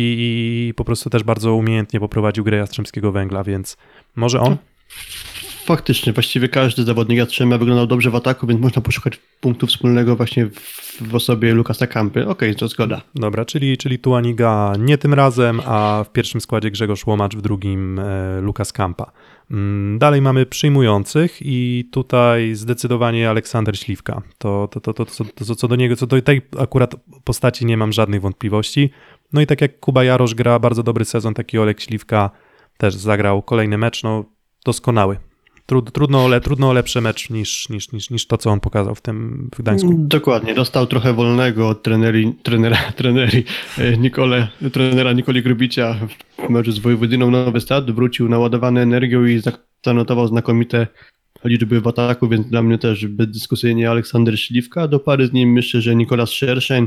i, i po prostu też bardzo umiejętnie poprowadził grę Jastrzębskiego Węgla, więc może on? Faktycznie, właściwie każdy zawodnik Jastrzębia wyglądał dobrze w ataku, więc można poszukać punktu wspólnego właśnie w, w osobie Lukasa Kampy. Okej, okay, to zgoda. Dobra, czyli, czyli Tuaniga nie tym razem, a w pierwszym składzie Grzegorz Łomacz, w drugim e, Lukas Kampa. Dalej mamy przyjmujących i tutaj zdecydowanie Aleksander Śliwka. To, to, to, to, to, to, to co do niego, co do tej akurat postaci nie mam żadnych wątpliwości. No i tak jak Kuba Jarosz gra bardzo dobry sezon, taki Olek Śliwka też zagrał kolejny mecz, no doskonały. Trud, trudno, ale trudno o lepszy mecz niż, niż, niż, niż to, co on pokazał w tym w Gdańsku. Dokładnie, dostał trochę wolnego od treneri, trenera, treneri Nikole, trenera Nikoli Grubicia w meczu z Wojwodiną Nowy Stad, wrócił naładowany energią i zanotował znakomite liczby w ataku, więc dla mnie też bezdyskusyjnie Aleksander Śliwka, do pary z nim myślę, że Nikolas Szerszeń,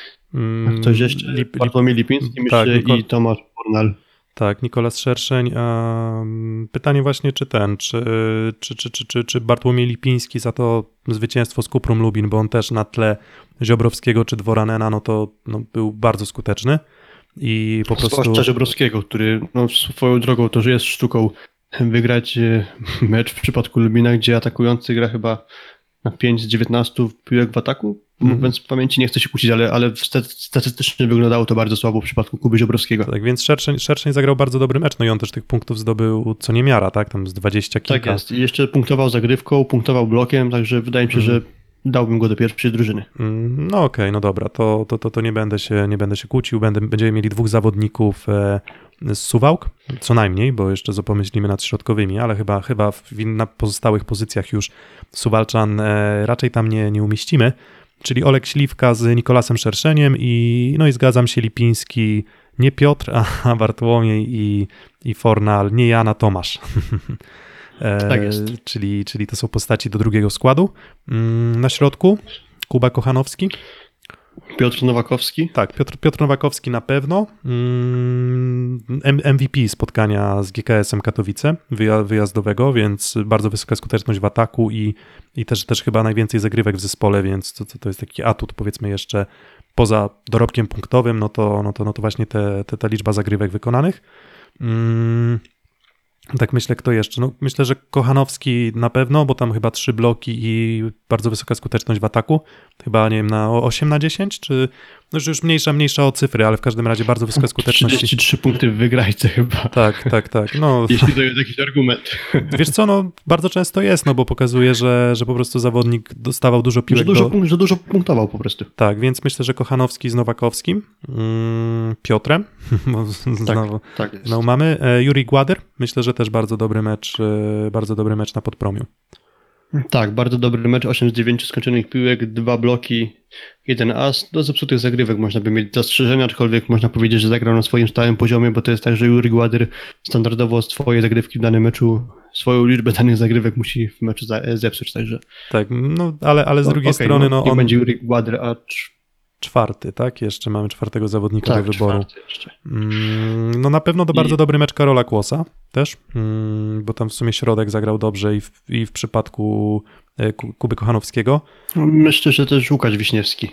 mm, ktoś jeszcze, Lip, Bartłomiej Lipiński myślę, tak, Nikol... i Tomasz Fornal. Tak, Nikolas Szerszeń. Pytanie właśnie, czy ten, czy, czy, czy, czy, czy, czy Bartłomiej Lipiński za to zwycięstwo z Kuprum Lubin, bo on też na tle Ziobrowskiego czy Dworanena, no to no, był bardzo skuteczny i po prostu... Zwłaszcza Ziobrowskiego, który no, swoją drogą to, że jest sztuką wygrać mecz w przypadku Lubina, gdzie atakujący gra chyba na pięć z dziewiętnastu piłek w ataku, mm. więc w pamięci nie chcę się kłócić, ale, ale statystycznie wyglądało to bardzo słabo w przypadku Kuby Ziobrowskiego. Tak, więc Szerszeń, Szerszeń zagrał bardzo dobry mecz, no i on też tych punktów zdobył co niemiara, tak, tam z dwadzieścia kilka. Tak jest, i jeszcze punktował zagrywką, punktował blokiem, także wydaje mi się, mm. że dałbym go do pierwszej drużyny. Mm, no okej, okay, no dobra, to, to, to, to nie będę się, nie będę się kłócił, Będę, będziemy mieli dwóch zawodników e, z Suwałk, co najmniej, bo jeszcze pomyślimy nad środkowymi, ale chyba, chyba w, na pozostałych pozycjach już Suwalczan e, raczej tam nie, nie umieścimy, czyli Olek Śliwka z Nikolasem Szerszeniem i no i zgadzam się, Lipiński, nie Piotr, a Bartłomiej i, i Fornal, nie Jana, Tomasz. e, tak jest. Czyli, czyli to są postaci do drugiego składu. Mm, na środku Kuba Kochanowski. Piotr Nowakowski. Tak, Piotr, Piotr Nowakowski na pewno. M V P spotkania z G K S-em Katowice wyjazdowego, więc bardzo wysoka skuteczność w ataku i, i też, też chyba najwięcej zagrywek w zespole, więc to, to, to jest taki atut, powiedzmy jeszcze poza dorobkiem punktowym, no to, no to, no to właśnie te, te, ta liczba zagrywek wykonanych. Hmm. Tak myślę, kto jeszcze? No, myślę, że Kochanowski na pewno, bo tam chyba trzy bloki i bardzo wysoka skuteczność w ataku. Chyba, nie wiem, na osiem na dziesięć, czy no już mniejsza, mniejsza o cyfry, ale w każdym razie bardzo wysoka skuteczność. trzydzieści trzy punkty w wygrajce chyba. Tak, tak, tak. No, jeśli to jest jakiś argument. wiesz co, no bardzo często jest, no bo pokazuje, że, że po prostu zawodnik dostawał dużo piłek. Że dużo, do... że dużo punktował po prostu. Tak, więc myślę, że Kochanowski z Nowakowskim, mm, Piotrem, bo znowu, tak jest. no mamy, e, Juri Gładyr, myślę, że też bardzo dobry mecz, e, bardzo dobry mecz na Podpromiu. Tak, bardzo dobry mecz, osiem z dziewięciu skończonych piłek, dwa bloki, jeden as. Do zepsutych zagrywek można by mieć zastrzeżenia, aczkolwiek można powiedzieć, że zagrał na swoim stałym poziomie, bo to jest tak, że Juri Gładyr standardowo swoje zagrywki w danym meczu, swoją liczbę danych zagrywek musi w meczu zepsuć, także... Tak, no ale, ale z No, drugiej okay, strony, no no on... będzie Juri Gładyr, a... Czwarty, tak? Jeszcze mamy czwartego zawodnika tak, do wyboru. jeszcze. Mm, no na pewno to I... bardzo dobry mecz Karola Kłosa też, mm, bo tam w sumie środek zagrał dobrze i w, i w przypadku e, Kuby Kochanowskiego. Myślę, że też Łukasz Wiśniewski.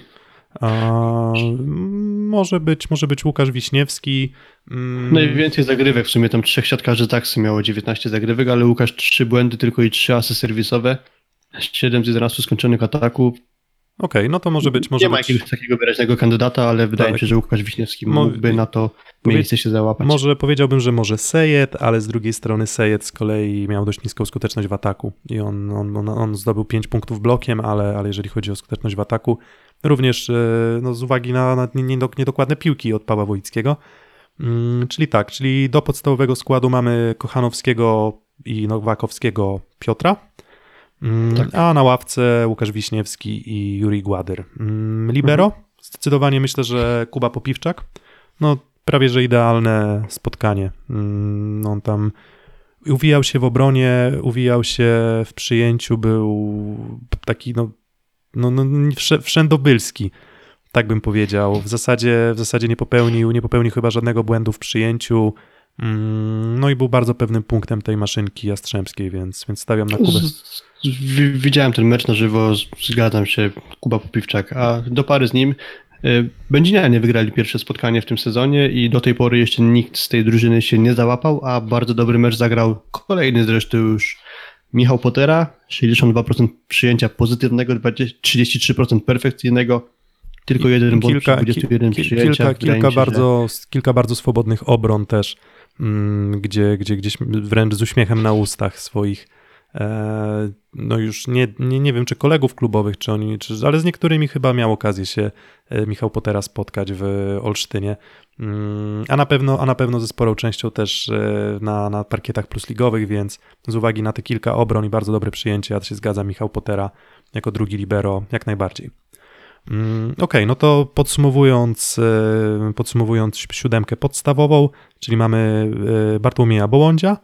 A, może być, może być Łukasz Wiśniewski. Mm. Najwięcej zagrywek, w sumie tam trzech siatkarzy Zaksy miało dziewiętnaście zagrywek, ale Łukasz trzy błędy tylko i trzy asy serwisowe, siedem z jedenastu skończonych ataków. Okej, okay, no to może być... Może nie ma być... jakiegoś takiego wyraźnego kandydata, ale wydaje tak. mi się, że Łukasz Wiśniewski Mo... mógłby na to miejsce się załapać. Może powiedziałbym, że może Sejed, ale z drugiej strony Sejed z kolei miał dość niską skuteczność w ataku i on, on, on, on zdobył pięć punktów blokiem, ale, ale jeżeli chodzi o skuteczność w ataku, również no, z uwagi na, na niedokładne piłki od Pawła Wojickiego. Hmm, czyli tak, czyli do podstawowego składu mamy Kochanowskiego i Nowakowskiego Piotra, hmm, tak. A na ławce Łukasz Wiśniewski i Juri Gładyr. Hmm, libero? Mhm. Zdecydowanie myślę, że Kuba Popiwczak. No prawie, że idealne spotkanie. Hmm, on tam uwijał się w obronie, uwijał się w przyjęciu, był taki no No, no wszędobylski, tak bym powiedział. W zasadzie, w zasadzie nie popełnił, nie popełnił chyba żadnego błędu w przyjęciu. No i był bardzo pewnym punktem tej maszynki jastrzębskiej, więc, więc stawiam na Kubę. Z, w, widziałem ten mecz na żywo, zgadzam się, Kuba Popiwczak, a do pary z nim y, Będzinianie wygrali pierwsze spotkanie w tym sezonie i do tej pory jeszcze nikt z tej drużyny się nie załapał, a bardzo dobry mecz zagrał kolejny zresztą już Michał Potera, sześćdziesiąt dwa procent przyjęcia pozytywnego, trzydzieści trzy procent perfekcyjnego, tylko jeden błąd przy dwudziestu jeden ki, przyjęcia. Kilka, kilka, się, bardzo, że... kilka bardzo swobodnych obron też, mm, gdzie, gdzie gdzieś wręcz z uśmiechem na ustach swoich, e, no już nie, nie, nie wiem czy kolegów klubowych, czy oni, czy, ale z niektórymi chyba miał okazję się e, Michał Potera spotkać w Olsztynie. A na pewno, a na pewno ze sporą częścią też na, na parkietach plusligowych, więc z uwagi na te kilka obron i bardzo dobre przyjęcie, ja się zgadzam, Michał Potera jako drugi libero jak najbardziej. Okej, okay, no to podsumowując, podsumowując siódemkę podstawową, czyli mamy Bartłomieja Bołądzia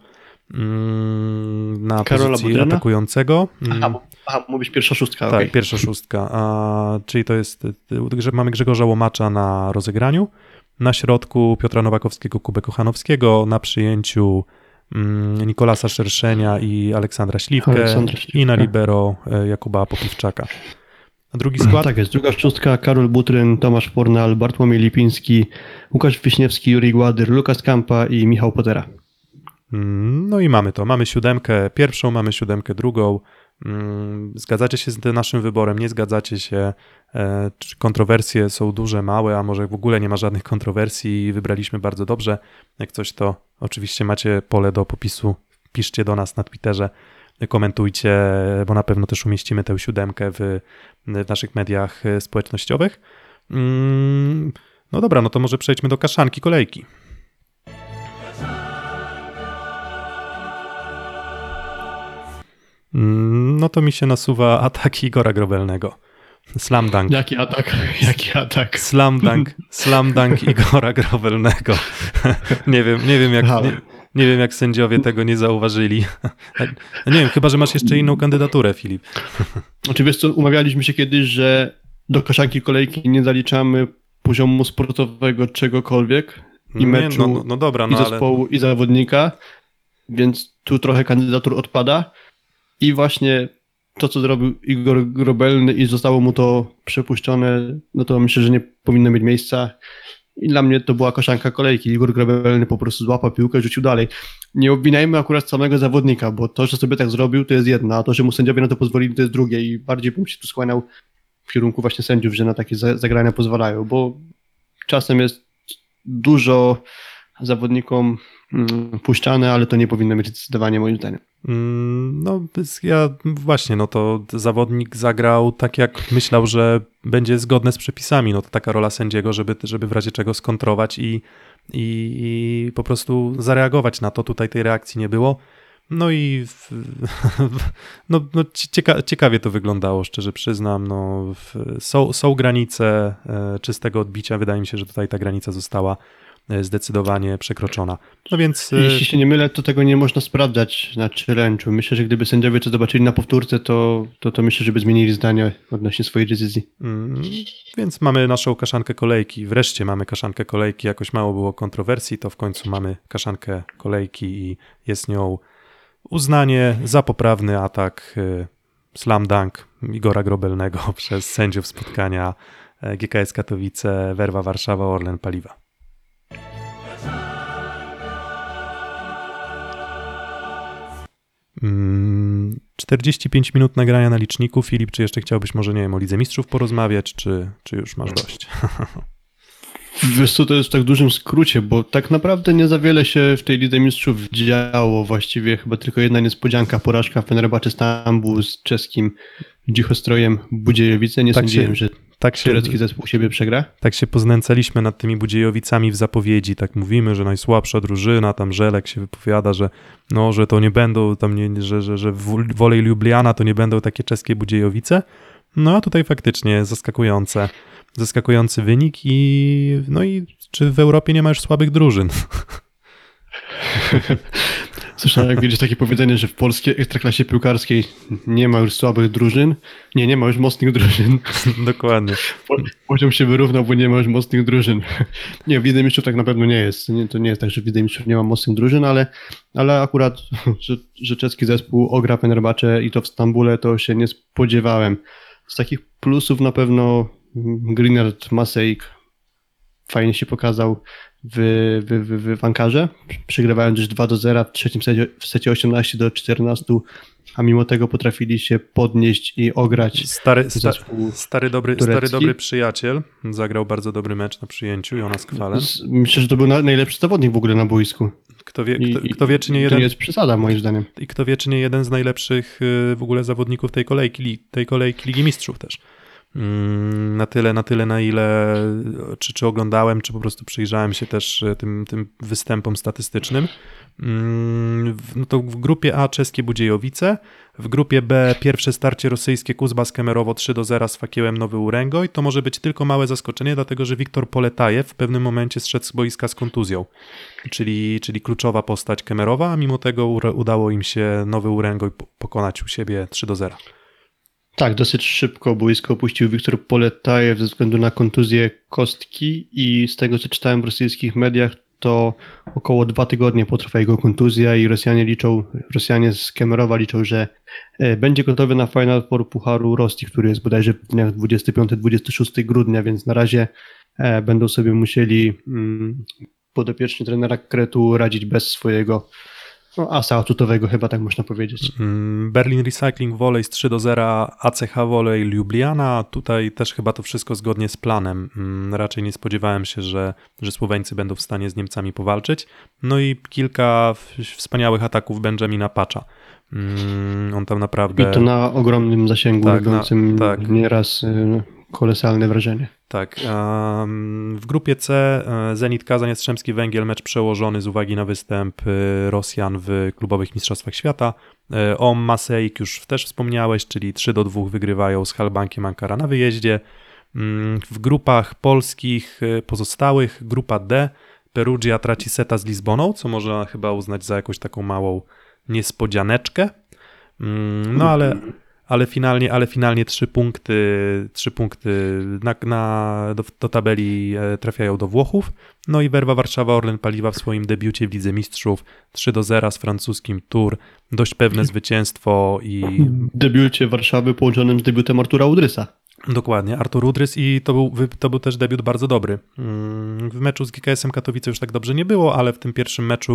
na Karola pozycji Budryna? Atakującego. Aha, aha, mówisz pierwsza szóstka. Tak, okay. pierwsza szóstka, a, czyli to jest, mamy Grzegorza Łomacza na rozegraniu, na środku Piotra Nowakowskiego, Kubę Kochanowskiego, na przyjęciu mm, Nikolasa Szerszenia i Aleksandra Śliwkę, Aleksandra Śliwkę i na libero Jakuba Popiwczaka. A drugi skład? Tak jest, druga szóstka, Karol Butryn, Tomasz Fornal, Bartłomiej Lipiński, Łukasz Wiśniewski, Juri Gładyr, Lukas Kampa i Michał Potera. No i mamy to, mamy siódemkę pierwszą, mamy siódemkę drugą. Zgadzacie się z tym naszym wyborem, nie zgadzacie się, czy kontrowersje są duże, małe, a może w ogóle nie ma żadnych kontrowersji i wybraliśmy bardzo dobrze. Jak coś, to oczywiście macie pole do popisu, piszcie do nas na Twitterze, komentujcie, bo na pewno też umieścimy tę siódemkę w, w naszych mediach społecznościowych. No dobra, no to może przejdźmy do kaszanki kolejki. No to mi się nasuwa atak Igora Grobelnego. Slam dunk. Jaki atak? Jaki atak? Slam dunk, slam dunk Igora Grobelnego. nie wiem, nie wiem jak, nie, nie wiem jak sędziowie tego nie zauważyli. nie wiem, chyba że masz jeszcze inną kandydaturę, Filip. Znaczy wiesz co, umawialiśmy się kiedyś, że do kaszanki kolejki nie zaliczamy poziomu sportowego czegokolwiek i meczu, nie, no, no dobra, no i zespołu, ale... i zawodnika, więc tu trochę kandydatur odpada. I właśnie to, co zrobił Igor Grobelny i zostało mu to przepuszczone, no to myślę, że nie powinno mieć miejsca. I dla mnie to była kaszanka kolejki. Igor Grobelny po prostu złapał piłkę, rzucił dalej. Nie obwinajmy akurat samego zawodnika, bo to, że sobie tak zrobił, to jest jedna, a to, że mu sędziowie na to pozwolili, to jest drugie i bardziej bym się tu skłaniał w kierunku właśnie sędziów, że na takie za- zagrania pozwalają, bo czasem jest dużo zawodnikom mm, puszczane, ale to nie powinno być zdecydowanie moim zdaniem. Mm, No, ja właśnie, no to zawodnik zagrał tak, jak myślał, że będzie zgodne z przepisami. No to taka rola sędziego, żeby, żeby w razie czego skontrować i, i, i po prostu zareagować na to. Tutaj tej reakcji nie było. No i w, no, no cieka, ciekawie to wyglądało, szczerze przyznam. No, w, są, są granice e, czystego odbicia. Wydaje mi się, że tutaj ta granica została e, zdecydowanie przekroczona. No więc... e, Jeśli się nie mylę, to tego nie można sprawdzać na challenge'u. Myślę, że gdyby sędziowie to zobaczyli na powtórce, to, to, to myślę, żeby zmienili zdanie odnośnie swojej decyzji. Mm, Więc mamy naszą kaszankę kolejki. Wreszcie mamy kaszankę kolejki. Jakoś mało było kontrowersji, to w końcu mamy kaszankę kolejki i jest nią uznanie za poprawny atak y, slam dunk Igora Grobelnego przez sędziów spotkania e, G K S Katowice, Werwa Warszawa, Orlen Paliwa. Mm, czterdzieści pięć minut nagrania na liczniku. Filip, czy jeszcze chciałbyś może, nie wiem, o Lidze Mistrzów porozmawiać, czy, czy już masz dość? Wiesz co, to jest w tak dużym skrócie, bo tak naprawdę nie za wiele się w tej Lidze Mistrzów działo. Właściwie chyba tylko jedna niespodzianka, porażka Fenerbahce Stambuł z czeskim Dzichostrojem Budziejowice. Nie Tak sądziłem, się- że Tak się, turecki zespół siebie przegra. tak się poznęcaliśmy nad tymi Budziejowicami w zapowiedzi, tak mówimy, że najsłabsza drużyna, tam Żelek się wypowiada, że no, że to nie będą, tam nie, że, że, że w Wolej Lubliana to nie będą takie czeskie Budziejowice. No a tutaj faktycznie zaskakujące, zaskakujący wynik i no i czy w Europie nie ma już słabych drużyn? Słyszałem, jak widzisz takie powiedzenie, że w polskiej ekstraklasie piłkarskiej nie ma już słabych drużyn. Nie, nie ma już mocnych drużyn. Dokładnie. Poziom się wyrównał, bo nie ma już mocnych drużyn. Nie, w Lidze Mistrzów tak na pewno nie jest. Nie, to nie jest tak, że w Lidze Mistrzów nie ma mocnych drużyn, ale, ale akurat, że, że czeski zespół ogra Fenerbahce i to w Stambule, to się nie spodziewałem. Z takich plusów na pewno Greenard Masejk fajnie się pokazał w, w, w, w Ankarze, przegrywając już dwa do zera w trzecim secie, w secie osiemnaście do czternastu, a mimo tego potrafili się podnieść i ograć Stary, sta, zespół stary, dobry, turecki. stary dobry przyjaciel zagrał bardzo dobry mecz na przyjęciu, Jonas Kwalen. Z- Myślę, że to był na, najlepszy zawodnik w ogóle na boisku. Kto wie, I, kto, kto wie, czy nie To jeden... nie jest przesada, moim zdaniem. I kto wie, czy nie jeden z najlepszych y, w ogóle zawodników tej kolejki, li- tej kolejki Ligi Mistrzów też. Mm, Na tyle, na tyle, na ile czy, czy oglądałem, czy po prostu przyjrzałem się też y, tym, tym występom statystycznym. Mm, w- No to w grupie A czeskie Budziejowice, w grupie B pierwsze starcie rosyjskie Kuzbas Kemerowo trzy do zera z Fakiełem Nowy Uręgoj. To może być tylko małe zaskoczenie, dlatego że Wiktor Poletajew w pewnym momencie zszedł z boiska z kontuzją, czyli, czyli kluczowa postać Kemerowa, a mimo tego ura- udało im się Nowy Uręgoj po- pokonać u siebie trzy do zera. Tak, dosyć szybko boisko opuścił Wiktor Poletajew ze względu na kontuzję kostki i z tego, co czytałem w rosyjskich mediach, to około dwa tygodnie potrwa jego kontuzja i Rosjanie liczą, Rosjanie z Kemerowa liczą, że e, będzie gotowy na Final Four Pucharu Rosji, który jest bodajże w dniach dwudziestego piątego do dwudziestego szóstego grudnia, więc na razie e, będą sobie musieli mm, podopieczni trenera Kretu radzić bez swojego no, asa atutowego, chyba tak można powiedzieć. Mm, Berlin Recycling Volley z trzy do zera, A C H Volley Ljubljana. Tutaj też chyba to wszystko zgodnie z planem. Mm, Raczej nie spodziewałem się, że, że Słoweńcy będą w stanie z Niemcami powalczyć. No i kilka w- wspaniałych ataków Benjamina Pacza. Mm, On tam naprawdę... I to na ogromnym zasięgu, Tak, na- robiącym tak. nieraz y, kolosalne wrażenie. Tak. em, W grupie C e, Zenit Kazań, Jastrzębski Węgiel, mecz przełożony z uwagi na występ e, Rosjan w klubowych mistrzostwach świata. E, O Masejk już też wspomniałeś, czyli trzy do dwóch wygrywają z Halbankiem Ankara na wyjeździe. Mm, W grupach polskich e, pozostałych, grupa D, Perugia traci seta z Lizboną, co można chyba uznać za jakąś taką małą niespodzianeczkę. Mm, No ale... Ale finalnie, ale finalnie trzy punkty, trzy punkty na, na, do, do tabeli e, trafiają do Włochów. No i Werwa Warszawa Orlen Paliwa w swoim debiucie w Lidze Mistrzów trzy do zera z francuskim Tour. Dość pewne zwycięstwo i W debiucie Warszawy połączonym z debiutem Artura Udrysa. dokładnie Artur Udrys i to był, wy- to był też debiut bardzo dobry. Mm, W meczu z G K S-em Katowice już tak dobrze nie było, ale w tym pierwszym meczu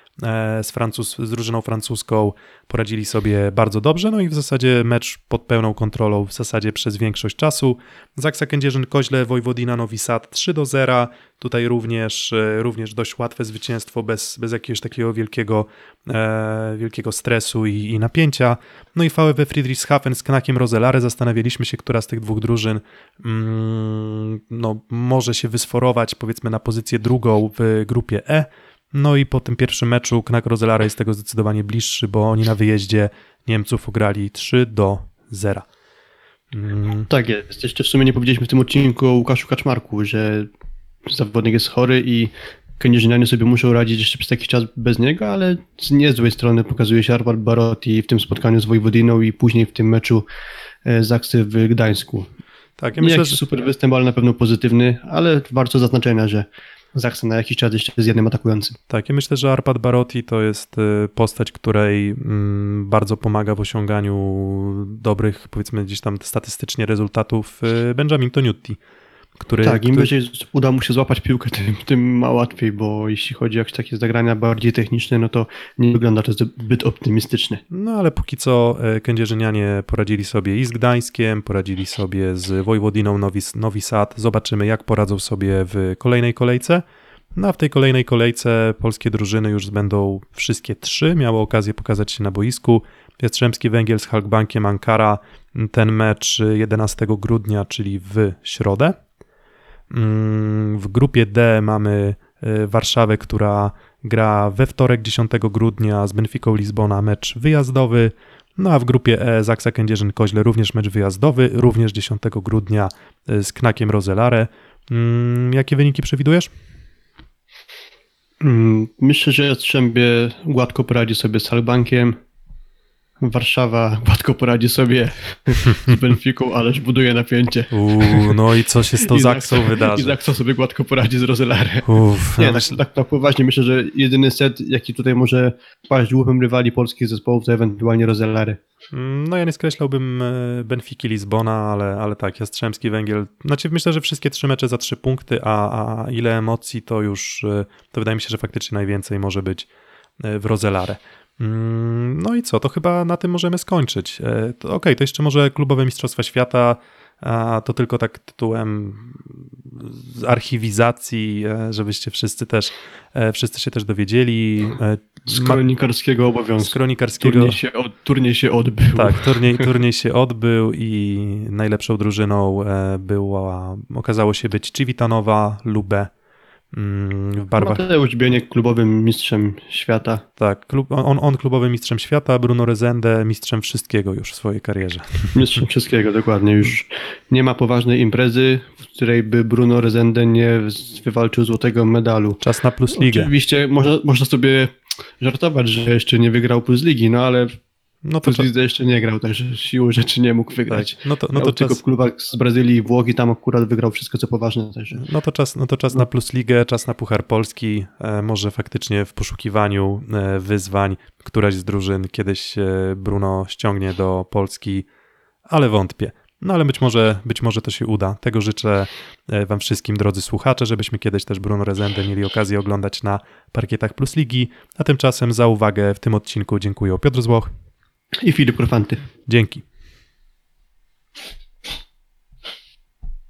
z, Francuz, z drużyną francuską poradzili sobie bardzo dobrze, no i w zasadzie mecz pod pełną kontrolą w zasadzie przez większość czasu. Zaksa Kędzierzyn-Koźle, Vojvodina Novi Sad trzy do zera, tutaj również, również dość łatwe zwycięstwo bez, bez jakiegoś takiego wielkiego, e, wielkiego stresu i, i napięcia. No i V f W Friedrichshafen z Knakiem Roselare. Zastanawialiśmy się, która z tych dwóch drużyn mm, no, może się wysforować powiedzmy na pozycję drugą w grupie E. No i po tym pierwszym meczu Knak Roselare jest tego zdecydowanie bliższy, bo oni na wyjeździe Niemców ograli trzy do zera. Mm. Tak jest. Jeszcze w sumie nie powiedzieliśmy w tym odcinku o Łukaszu Kaczmarku, że zawodnik jest chory i kędzierzynianie sobie muszą radzić jeszcze przez jakiś czas bez niego, ale z niezłej strony pokazuje się Arpad Barotti w tym spotkaniu z Wojwodiną i później w tym meczu Zaksy w Gdańsku. Tak, ja Nie myślę, jakiś że... super występ, ale na pewno pozytywny, ale warto zaznaczenia, że Zaksa na jakiś czas jeszcze z jednym atakującym. Tak, ja myślę, że Arpad Barotti to jest postać, której bardzo pomaga w osiąganiu dobrych, powiedzmy gdzieś tam statystycznie rezultatów Benjamin Toniutti. Który, tak, im który... wyżej uda mu się złapać piłkę, tym, tym ma łatwiej, bo jeśli chodzi o jakieś takie zagrania bardziej techniczne, no to nie wygląda to zbyt optymistycznie. No ale póki co kędzierzynianie poradzili sobie i z Gdańskiem, poradzili sobie z Vojvodiną Novi, Novi Sad. Zobaczymy, jak poradzą sobie w kolejnej kolejce. No a w tej kolejnej kolejce polskie drużyny już będą wszystkie trzy miały okazję pokazać się na boisku. Jastrzębski Węgiel z Halkbankiem Ankara, ten mecz jedenastego grudnia, czyli w środę. W grupie D mamy Warszawę, która gra we wtorek dziesiątego grudnia z Benficą Lizbona, mecz wyjazdowy. No a w grupie E Zaksa Kędzierzyn-Koźle również mecz wyjazdowy, również dziesiątego grudnia z Knakiem Roselare. Jakie wyniki przewidujesz? Myślę, że Jastrzębie gładko poradzi sobie z Halkbankiem. Warszawa gładko poradzi sobie z Benficą, ależ buduje napięcie. Uuu, no i co się z tą I Zaksą Zaksa, wydarzy? I Zaksa sobie gładko poradzi z Roselare. Uff, Nie, ja tak, myślę... tak, tak poważnie myślę, że jedyny set, jaki tutaj może paść głupim rywali polskich zespołów, to ewentualnie Roselare. No ja nie skreślałbym Benfiki Lizbona, ale, ale tak, Jastrzębski Węgiel. Znaczy myślę, że wszystkie trzy mecze za trzy punkty, a, a ile emocji to już, to wydaje mi się, że faktycznie najwięcej może być w Roselare. No i co, to chyba na tym możemy skończyć. Okej, okay, to jeszcze może klubowe Mistrzostwa Świata, a to tylko tak tytułem z archiwizacji, żebyście wszyscy też, wszyscy się też dowiedzieli. Z kronikarskiego obowiązku. Z kronikarskiego. Turniej się, od, turniej się odbył. Tak, turniej, turniej się odbył i najlepszą drużyną była, okazało się być Civitanowa Lubę. W barwach. Mateusz Bieniek klubowym mistrzem świata. Tak, klub, on, on klubowym mistrzem świata, Bruno Rezende mistrzem wszystkiego już w swojej karierze. Mistrzem wszystkiego, dokładnie. Już nie ma poważnej imprezy, w której by Bruno Rezende nie wywalczył złotego medalu. Czas na Plus Ligę. Oczywiście można, można sobie żartować, że jeszcze nie wygrał Plus Ligi, no ale no to Plus Lidze jeszcze nie grał, także siłą rzeczy nie mógł wygrać. Tak, no to, no to Miał czas... tylko w klubach z Brazylii i Włoch i tam akurat wygrał wszystko co poważne. Także... No to czas, no to czas no. na Plus Ligę, czas na Puchar Polski. E, może faktycznie w poszukiwaniu e, wyzwań któraś z drużyn kiedyś e, Bruno ściągnie do Polski, ale wątpię. No ale być może, być może to się uda. Tego życzę wam wszystkim, drodzy słuchacze, żebyśmy kiedyś też Bruno Rezendę mieli okazję oglądać na parkietach Plus Ligi. A tymczasem za uwagę w tym odcinku dziękuję Piotr Złoch i Filip Korfanty. Dzięki.